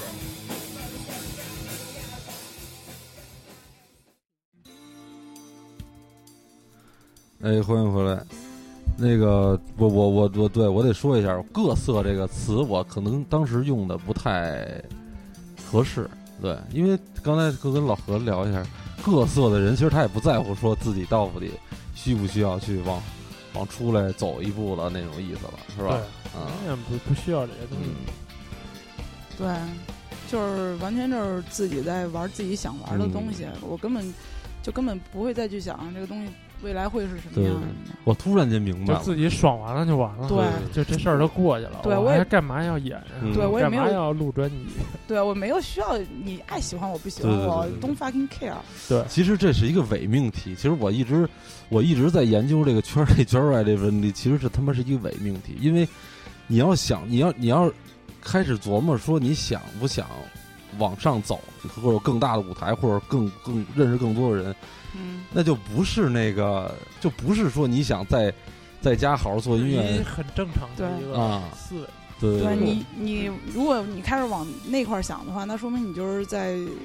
Speaker 2: 对。哎，欢迎回来。那个，我我我我，对我得说一下，各色这个词，我可能当时用的不太合适。对，因为刚才跟跟老何聊一下，各色的人其实他也不在乎说自己到底需不需要去往。往出来走一步的那种意思了，是吧？
Speaker 6: 对，嗯，不不需要这些东西。
Speaker 7: 对，就是完全就是自己在玩自己想玩的东西，
Speaker 2: 嗯、
Speaker 7: 我根本就根本不会再去想这个东西未来会是什么样的。
Speaker 2: 我突然间明白了，
Speaker 6: 就自己爽完了就完了，
Speaker 7: 对，
Speaker 6: 就这事儿都过去了。
Speaker 7: 对，我
Speaker 6: 也干嘛要演？
Speaker 2: 嗯、
Speaker 7: 对我也没有
Speaker 6: 干嘛要录专辑。
Speaker 7: 对我没有需要你爱喜欢我不喜欢我 ，don't fucking care。
Speaker 2: 对，其实这是一个伪命题。其实我一直我一直在研究这个圈内圈外这个问题，其实这他妈是一个伪命题。因为你要想，你要你要开始琢磨说你想不想往上走，或者更大的舞台，或者更更认识更多的人。
Speaker 7: 嗯，
Speaker 2: 那就不是那个，就不是说你想在在家好好做音乐，
Speaker 6: 很正常的一个
Speaker 2: 啊
Speaker 6: 思维。
Speaker 2: 对，
Speaker 7: 对你你，如果你开始往那块想的话，那说明你就是在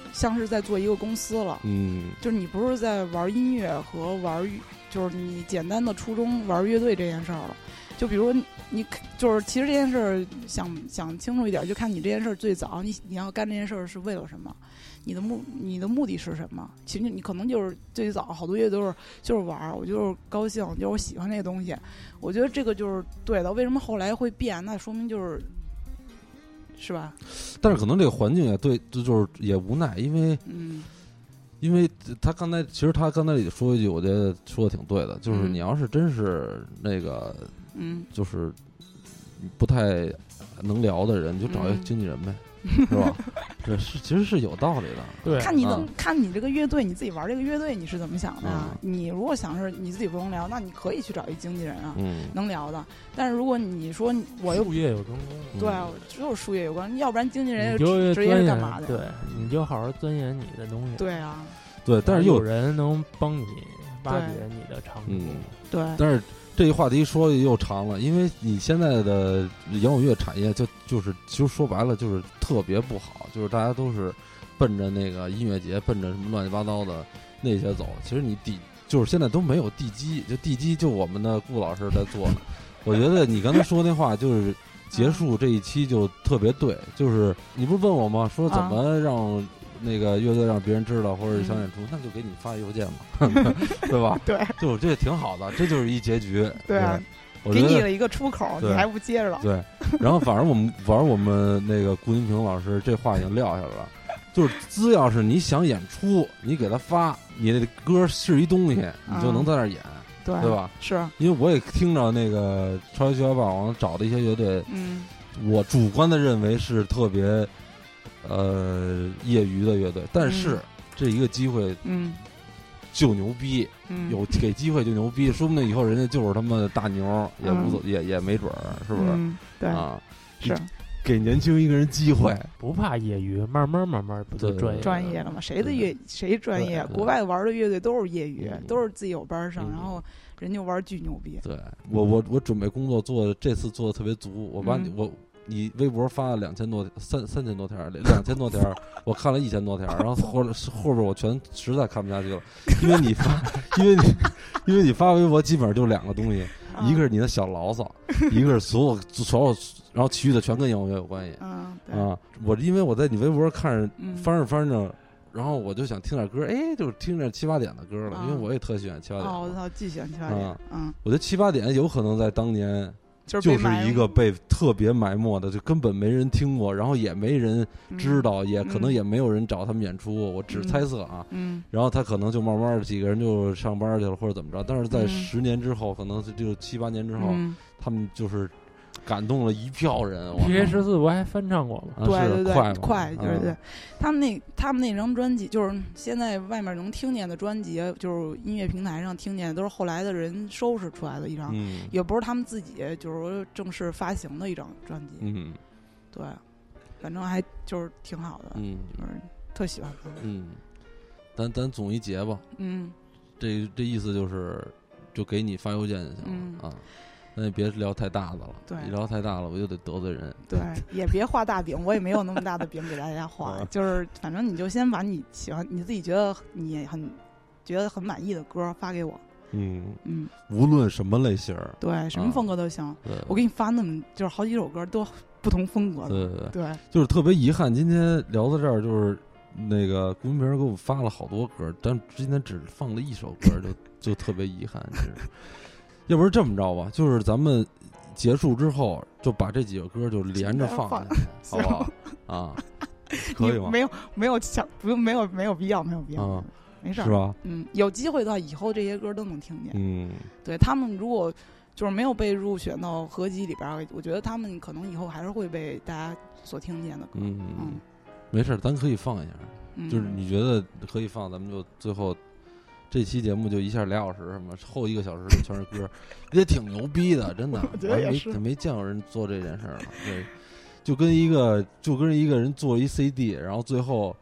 Speaker 7: 像是在做一个公司了。
Speaker 2: 嗯，
Speaker 7: 就是你不是在玩音乐和玩，就是你简单的初中玩乐队这件事儿了。就比如你就是其实这件事儿想想清楚一点，就看你这件事儿最早你你要干这件事儿是为了什么，你的目你的目的是什么？其实你可能就是最早好多乐队都是就是玩，我就是高兴，就是我喜欢这个东西。我觉得这个就是对的。为什么后来会变？那说明就是是吧？
Speaker 2: 但是可能这个环境也对，就就是也无奈，因为
Speaker 7: 嗯。
Speaker 2: 因为他刚才其实他刚才也说一句，我觉得说的挺对的，就是你要是真是那个，
Speaker 7: 嗯，
Speaker 2: 就是不太能聊的人，你就找一个经纪人呗，
Speaker 7: 嗯、
Speaker 2: 是吧？这是其实是有道理的。
Speaker 6: 对，
Speaker 7: 看你的、
Speaker 2: 啊、
Speaker 7: 看你这个乐队，你自己玩这个乐队你是怎么想的啊？嗯、你如果想是你自己不能聊，那你可以去找一经纪人啊，
Speaker 2: 嗯，
Speaker 7: 能聊的。但是如果你说我又
Speaker 6: 术业有专攻，
Speaker 7: 对，嗯、就是术业有关，要不然经纪人
Speaker 6: 就
Speaker 7: 职业是干嘛的？
Speaker 6: 对，你就好好钻研你的东西。
Speaker 7: 对啊。
Speaker 2: 对，但是
Speaker 6: 有人能帮你挖掘你的长处。
Speaker 2: 嗯，
Speaker 7: 对。
Speaker 2: 但是这个话题说又长了，因为你现在的摇滚乐产业就就是其实说白了就是特别不好，就是大家都是奔着那个音乐节，奔着什么乱七八糟的那些走。其实你底就是现在都没有地基，就地基就我们的顾老师在做呢。我觉得你刚才说那话就是结束这一期就特别对，就是你不是问我吗？说怎么让那个乐队让别人知道或者想演出，嗯、那就给你发邮件嘛，对吧？
Speaker 7: 对，
Speaker 2: 就这挺好的，这就是一结局。
Speaker 7: 对啊，
Speaker 2: 我
Speaker 7: 给你了一个出口，你还不接着？
Speaker 2: 对，然后反正我们反正我们那个顾金平老师这话已经撂下来了，就是只要是你想演出，你给他发，你的歌是一东西，你就能在那儿演，
Speaker 7: 嗯、对
Speaker 2: 对吧？
Speaker 7: 是，因
Speaker 2: 为我也听着那个超级学校霸王找的一些乐队，
Speaker 7: 嗯，
Speaker 2: 我主观的认为是特别。呃，业余的乐队，但是、嗯、这一个机会，
Speaker 7: 嗯，
Speaker 2: 就牛逼，
Speaker 7: 嗯，
Speaker 2: 有给机会就牛逼，说不定以后人家就是他妈的大牛，也无所、嗯、也也没准儿，是不是？
Speaker 7: 嗯、对
Speaker 2: 啊，
Speaker 7: 是
Speaker 2: 给年轻一个人机会，
Speaker 6: 不怕业余，慢慢慢慢不就专业
Speaker 7: 专业了吗？谁的乐谁专业？国外玩的乐队都是业余，
Speaker 2: 嗯、
Speaker 7: 都是自己有班上，
Speaker 2: 嗯、
Speaker 7: 然后人家玩巨牛逼。
Speaker 2: 对我我我准备工作做这次做的特别足，我把你、
Speaker 7: 嗯、
Speaker 2: 我。你微博发了两千多三三千多条，两千多条，我看了一千多条，然后后后边我全实在看不下去了，因为你发，因为你因为你发微博基本上就两个东西，
Speaker 7: 嗯、
Speaker 2: 一个是你的小牢骚，一个是所有所有，然后其余的全跟摇滚乐有关系。
Speaker 7: 嗯，
Speaker 2: 啊，我因为我在你微博看着
Speaker 7: 嗯、
Speaker 2: 翻着翻着，然后我就想听点歌，哎，就是听着七八点的歌了，
Speaker 7: 嗯、
Speaker 2: 因为我也特喜欢七八点。
Speaker 7: 哦，我操，巨喜欢七八点。嗯，
Speaker 2: 我觉得七八点有可能在当年。
Speaker 7: 就
Speaker 2: 是, 就是一个被特别埋没的，就根本没人听过，然后也没人知道，
Speaker 7: 嗯、
Speaker 2: 也可能也没有人找他们演出。
Speaker 7: 嗯、
Speaker 2: 我只猜测啊，
Speaker 7: 嗯，
Speaker 2: 然后他可能就慢慢的几个人就上班去了，或者怎么着。但是在十年之后，嗯、可能就七八年之后，
Speaker 7: 嗯、
Speaker 2: 他们就是感动了一票人。
Speaker 6: P K 十四不还翻唱过吗？
Speaker 2: 啊、
Speaker 7: 对对对，
Speaker 2: 快
Speaker 7: 快，对对对。
Speaker 2: 啊、
Speaker 7: 他们那他们那张专辑，就是现在外面能听见的专辑，就是音乐平台上听见的，都是后来的人收拾出来的一张，
Speaker 2: 嗯、
Speaker 7: 也不是他们自己就是正式发行的一张专辑。
Speaker 2: 嗯，
Speaker 7: 对，反正还就是挺好的，
Speaker 2: 嗯，
Speaker 7: 就是特喜欢。
Speaker 2: 嗯，咱咱总一结吧。
Speaker 7: 嗯，
Speaker 2: 这这意思就是，就给你发邮件就行了、
Speaker 7: 嗯、
Speaker 2: 啊。那也别聊太大的了，
Speaker 7: 对，
Speaker 2: 一聊太大了我就得得罪人。
Speaker 7: 对，也别画大饼，我也没有那么大的饼给大家画，就是反正你就先把你喜欢、你自己觉得你很觉得很满意的歌发给我。
Speaker 2: 嗯
Speaker 7: 嗯，
Speaker 2: 无论什么类型，
Speaker 7: 对，什么风格都行。
Speaker 2: 啊、
Speaker 7: 我给你发那么就是好几首歌都不同风格的。
Speaker 2: 对对对，
Speaker 7: 对
Speaker 2: 就是特别遗憾，今天聊到这儿，就是那个顾云平给我们发了好多歌，但今天只放了一首歌，就就特别遗憾，就是。要不是这么着吧，就是咱们结束之后就把这几个歌就连着放下去，好不好？啊，可以吗？
Speaker 7: 没有没有想不用没有没有必要没有必要，
Speaker 2: 啊、
Speaker 7: 没事
Speaker 2: 是吧？
Speaker 7: 嗯，有机会的话，以后这些歌都能听见。
Speaker 2: 嗯，
Speaker 7: 对他们如果就是没有被入选到合集里边，我觉得他们可能以后还是会被大家所听见的歌。
Speaker 2: 嗯
Speaker 7: 嗯，
Speaker 2: 没事，咱可以放一下，
Speaker 7: 嗯、
Speaker 2: 就是你觉得可以放，咱们就最后。这期节目就一下俩小时，什么后一个小时的全是歌，也挺牛逼的，真的。
Speaker 7: 我觉得也是，
Speaker 2: 没没见过人做这件事儿了。对，就跟一个就跟一个人做一 C D， 然后最后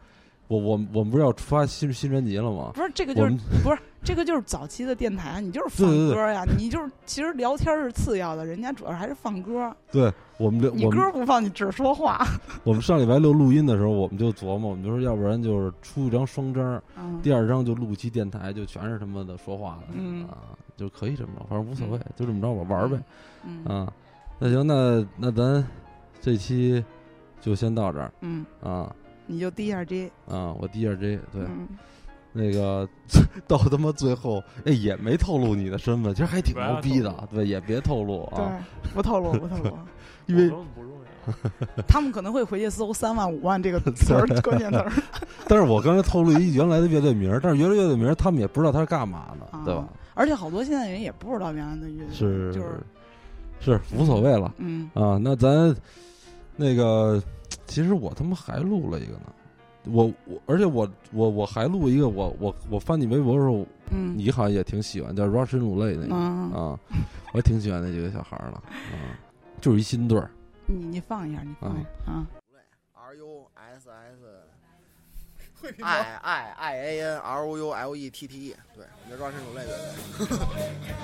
Speaker 2: 我我我们不是要发新新专辑了吗？
Speaker 7: 不是这个就是不是这个就是早期的电台，你就是放歌呀，对对对你就是其实聊天是次要的，人家主要还是放歌。
Speaker 2: 对我们，
Speaker 7: 你歌不放，你只说话。
Speaker 2: 我们上礼拜六录音的时候，我们就琢磨，我们就说要不然就是出一张双张，嗯、第二张就录期电台，就全是他妈的说话的，嗯啊，就可以这么着，反正无所谓，嗯、就这么着吧，玩呗，嗯啊，那行，那那咱这期就先到这儿，
Speaker 7: 嗯
Speaker 2: 啊。
Speaker 7: 你就 D 一下 J
Speaker 2: 啊，我 D 一下 J 对，
Speaker 7: 嗯、
Speaker 2: 那个到他妈最后，哎，也没透露你的身份，其实还挺牛逼的，对，也别透露啊，
Speaker 7: 对，不透露，不透露，
Speaker 2: 因为
Speaker 6: 不重要，
Speaker 7: 他们可能会回去搜三万五万这个词儿关键词儿。
Speaker 2: 但是我刚才透露一原来的乐队名，但是原来乐队名他们也不知道他是干嘛的，
Speaker 7: 啊、
Speaker 2: 对吧？
Speaker 7: 而且好多现在人也不知道原来的乐队，
Speaker 2: 是
Speaker 7: 就是
Speaker 2: 是无所谓了，
Speaker 7: 嗯
Speaker 2: 啊，那咱那个。其实我他妈还录了一个呢，我我而且我我我还录一个，我我我翻你微博的时候，
Speaker 7: 嗯，
Speaker 2: 你好像也挺喜欢叫 Russian Roulette 那个、
Speaker 7: 嗯、
Speaker 2: 啊，我也挺喜欢那几个小孩了啊，就是一新队儿。
Speaker 7: 你你放一下，你放一下啊。
Speaker 12: R U S S I I I A N R O U L E T T E， 对，我们叫 Russian Roulette 乐队。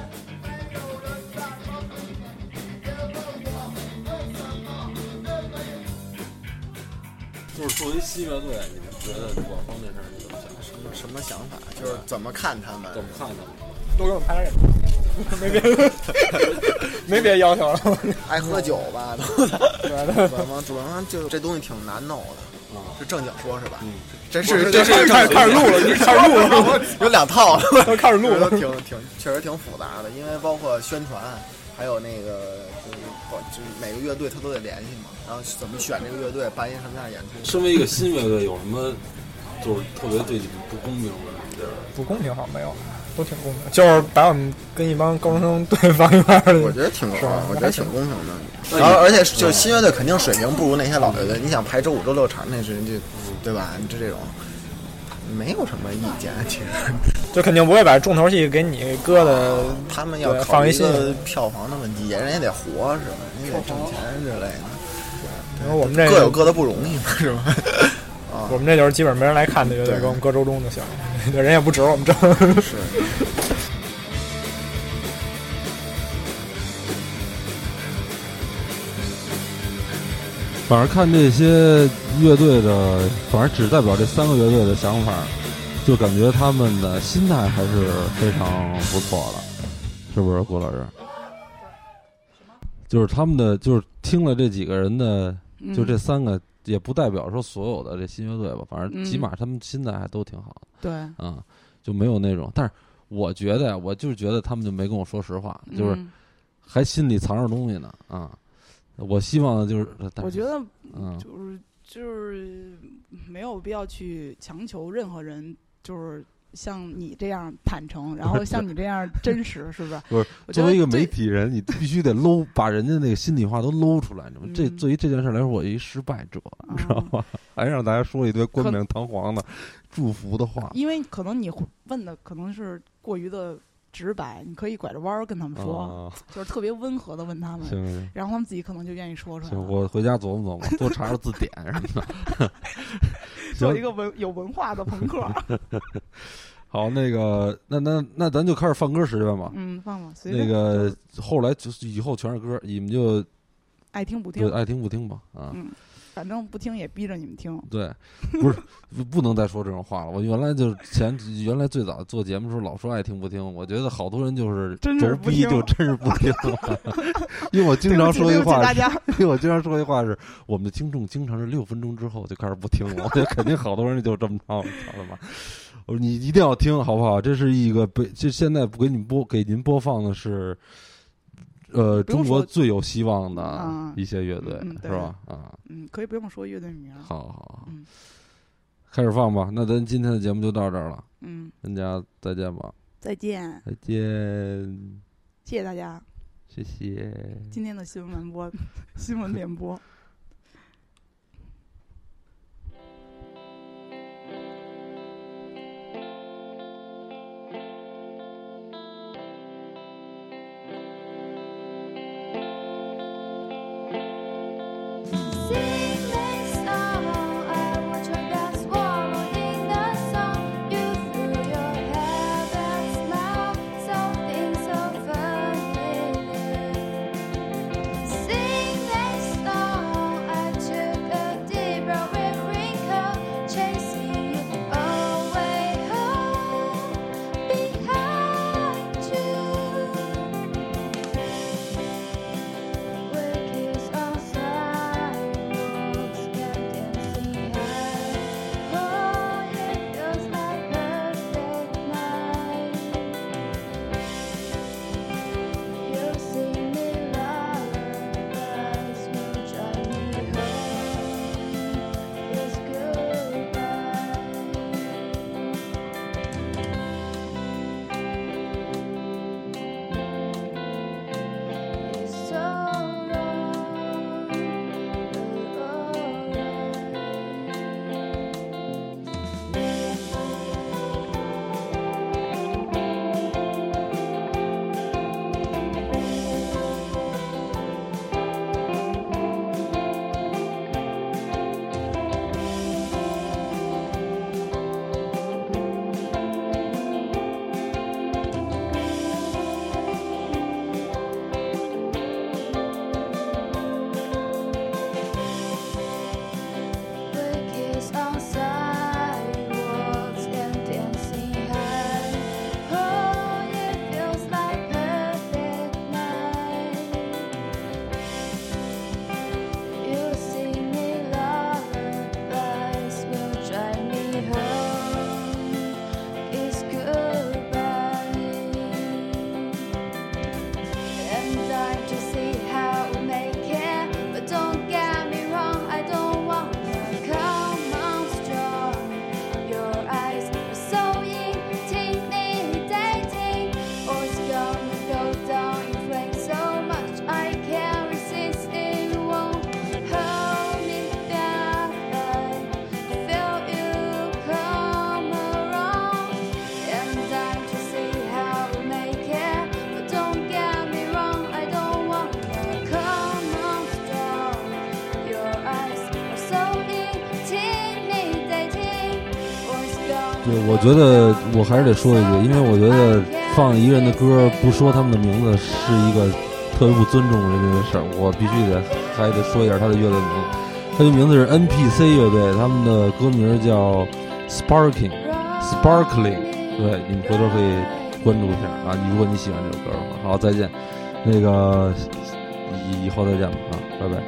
Speaker 2: 就是作为新乐队，你们觉得广东这事儿你怎么想？
Speaker 12: 什么什么想法？就是怎么看他们？
Speaker 2: 怎么看他们？
Speaker 9: 多给我拍点脸，没别没别要求了。
Speaker 12: 爱喝酒吧，都对主要主要就这东西挺难弄的，是正经说是吧？嗯，这是这是
Speaker 9: 开始开始录了，你开始录了，
Speaker 12: 有两套，
Speaker 9: 都开始录了，
Speaker 12: 挺挺确实挺复杂的，因为包括宣传，还有那个就是就是每个乐队他都得联系嘛，然后怎么选这个乐队，办一什么样的演出。
Speaker 2: 身为一个新乐队，有什么就是特别对你们不公平的地儿？
Speaker 9: 不公平好像没有。都挺公平，就是把我们跟一帮高中生对放一块儿的。
Speaker 12: 我觉得挺公平，我觉得挺公平的。然后，而且就新乐队肯定水平不如那些老乐队。你想排周五、周六场，那是就对吧？你这这种没有什么意见，其实
Speaker 9: 就肯定不会把重头戏给你搁的。
Speaker 12: 他们要考虑一个票房的问题，人也得活是吧？你得挣钱之类的。
Speaker 9: 因为我们这
Speaker 12: 各有各的不容易嘛，是吧？
Speaker 9: 啊，我们这就是基本没人来看的乐队，给我们搁周中就行，人也不指我们挣。
Speaker 12: 是。
Speaker 2: 反正看这些乐队的，反正只代表这三个乐队的想法，就感觉他们的心态还是非常不错的，是不是郭老师？就是他们的，就是听了这几个人的，就这三个。也不代表说所有的这新乐队吧，反正起码他们心态还都挺好的。
Speaker 7: 对，
Speaker 2: 嗯，就没有那种。但是我觉得呀，我就是觉得他们就没跟我说实话，
Speaker 7: 嗯、
Speaker 2: 就是还心里藏着东西呢。啊、嗯，我希望就是，
Speaker 7: 我觉得，
Speaker 2: 嗯，
Speaker 7: 就是就是没有必要去强求任何人，就是像你这样坦诚，然后像你这样真实，是不是？
Speaker 2: 不是，作为一个媒体人，你必须得搂把人家那个心里话都搂出来，你知道吗？这对于这件事来说，我一失败者，你知道吗？还让大家说一堆冠冕堂皇的祝福的话。
Speaker 7: 因为可能你问的可能是过于的直白，你可以拐着弯儿跟他们说，
Speaker 2: 啊、
Speaker 7: 就是特别温和的问他们，
Speaker 2: 行，
Speaker 7: 然后他们自己可能就愿意说出来。
Speaker 2: 行，我回家琢磨琢磨，多查查字典什么的，
Speaker 7: 做一个文有文化的朋克。
Speaker 2: 好，那个，那那那咱就开始放歌时间吧。
Speaker 7: 嗯，放吧。
Speaker 2: 那个后来就是以后全是歌，你们就
Speaker 7: 爱听不听，
Speaker 2: 爱听不听吧。啊，
Speaker 7: 嗯，反正不听也逼着你们听。
Speaker 2: 对，不是不能再说这种话了。我原来就前原来最早做节目的时候老说爱听不听，我觉得好多人就是轴逼就真是不听了。因为我经常说一句话，因为我经常说一句话是，我们的听众经常是六分钟之后就开始不听了。我觉得肯定好多人就这么着，操他妈！我说你一定要听，好不好？这是一个被，这现在不给你播，给您播放的是，呃，中国最有希望的一些乐队，
Speaker 7: 嗯、
Speaker 2: 是吧？啊，
Speaker 7: 嗯，可以不用说乐队名。
Speaker 2: 好好好，
Speaker 7: 嗯，
Speaker 2: 开始放吧。那咱今天的节目就到这儿了。
Speaker 7: 嗯，
Speaker 2: 大家再见吧。
Speaker 7: 再见。
Speaker 2: 再见。
Speaker 7: 谢谢大家。
Speaker 2: 谢谢。
Speaker 7: 今天的新闻播，新闻联播。
Speaker 14: Sing this song, I want your best one.
Speaker 2: 我觉得我还是得说一句，因为我觉得放一个人的歌不说他们的名字是一个特别不尊重人家的事儿，我必须得还得说一下他的乐队名字。他的名字是 N P C 乐队，他们的歌名叫 Sparking Sparkling， 对，你们回头可以关注一下啊，如果你喜欢这首歌的话。好，再见，那个以以后再见吧啊，拜拜。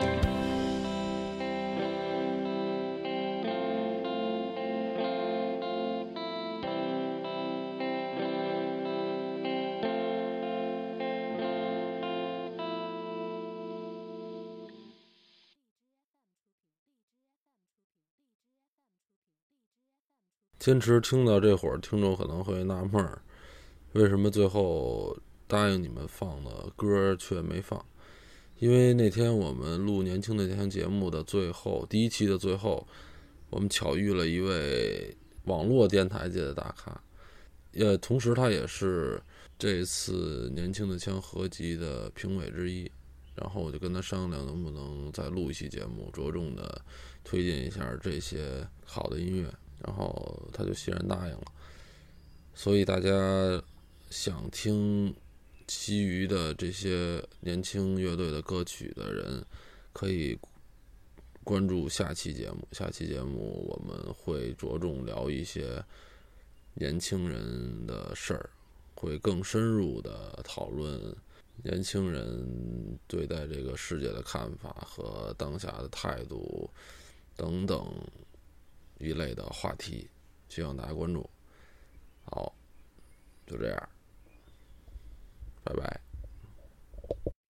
Speaker 2: 坚持听到这会儿，听众可能会纳闷儿，为什么最后答应你们放的歌却没放？因为那天我们录年轻的那天节目的最后，第一期的最后，我们巧遇了一位网络电台界的大咖，也同时他也是这次年轻的枪合集的评委之一。然后我就跟他商量能不能再录一期节目，着重的推荐一下这些好的音乐。然后他就欣然答应了，所以大家想听其余的这些年轻乐队的歌曲的人，可以关注下期节目。下期节目我们会着重聊一些年轻人的事儿，会更深入的讨论年轻人对待这个世界的看法和当下的态度等等一类的话题，希望大家关注。好，就这样，拜拜。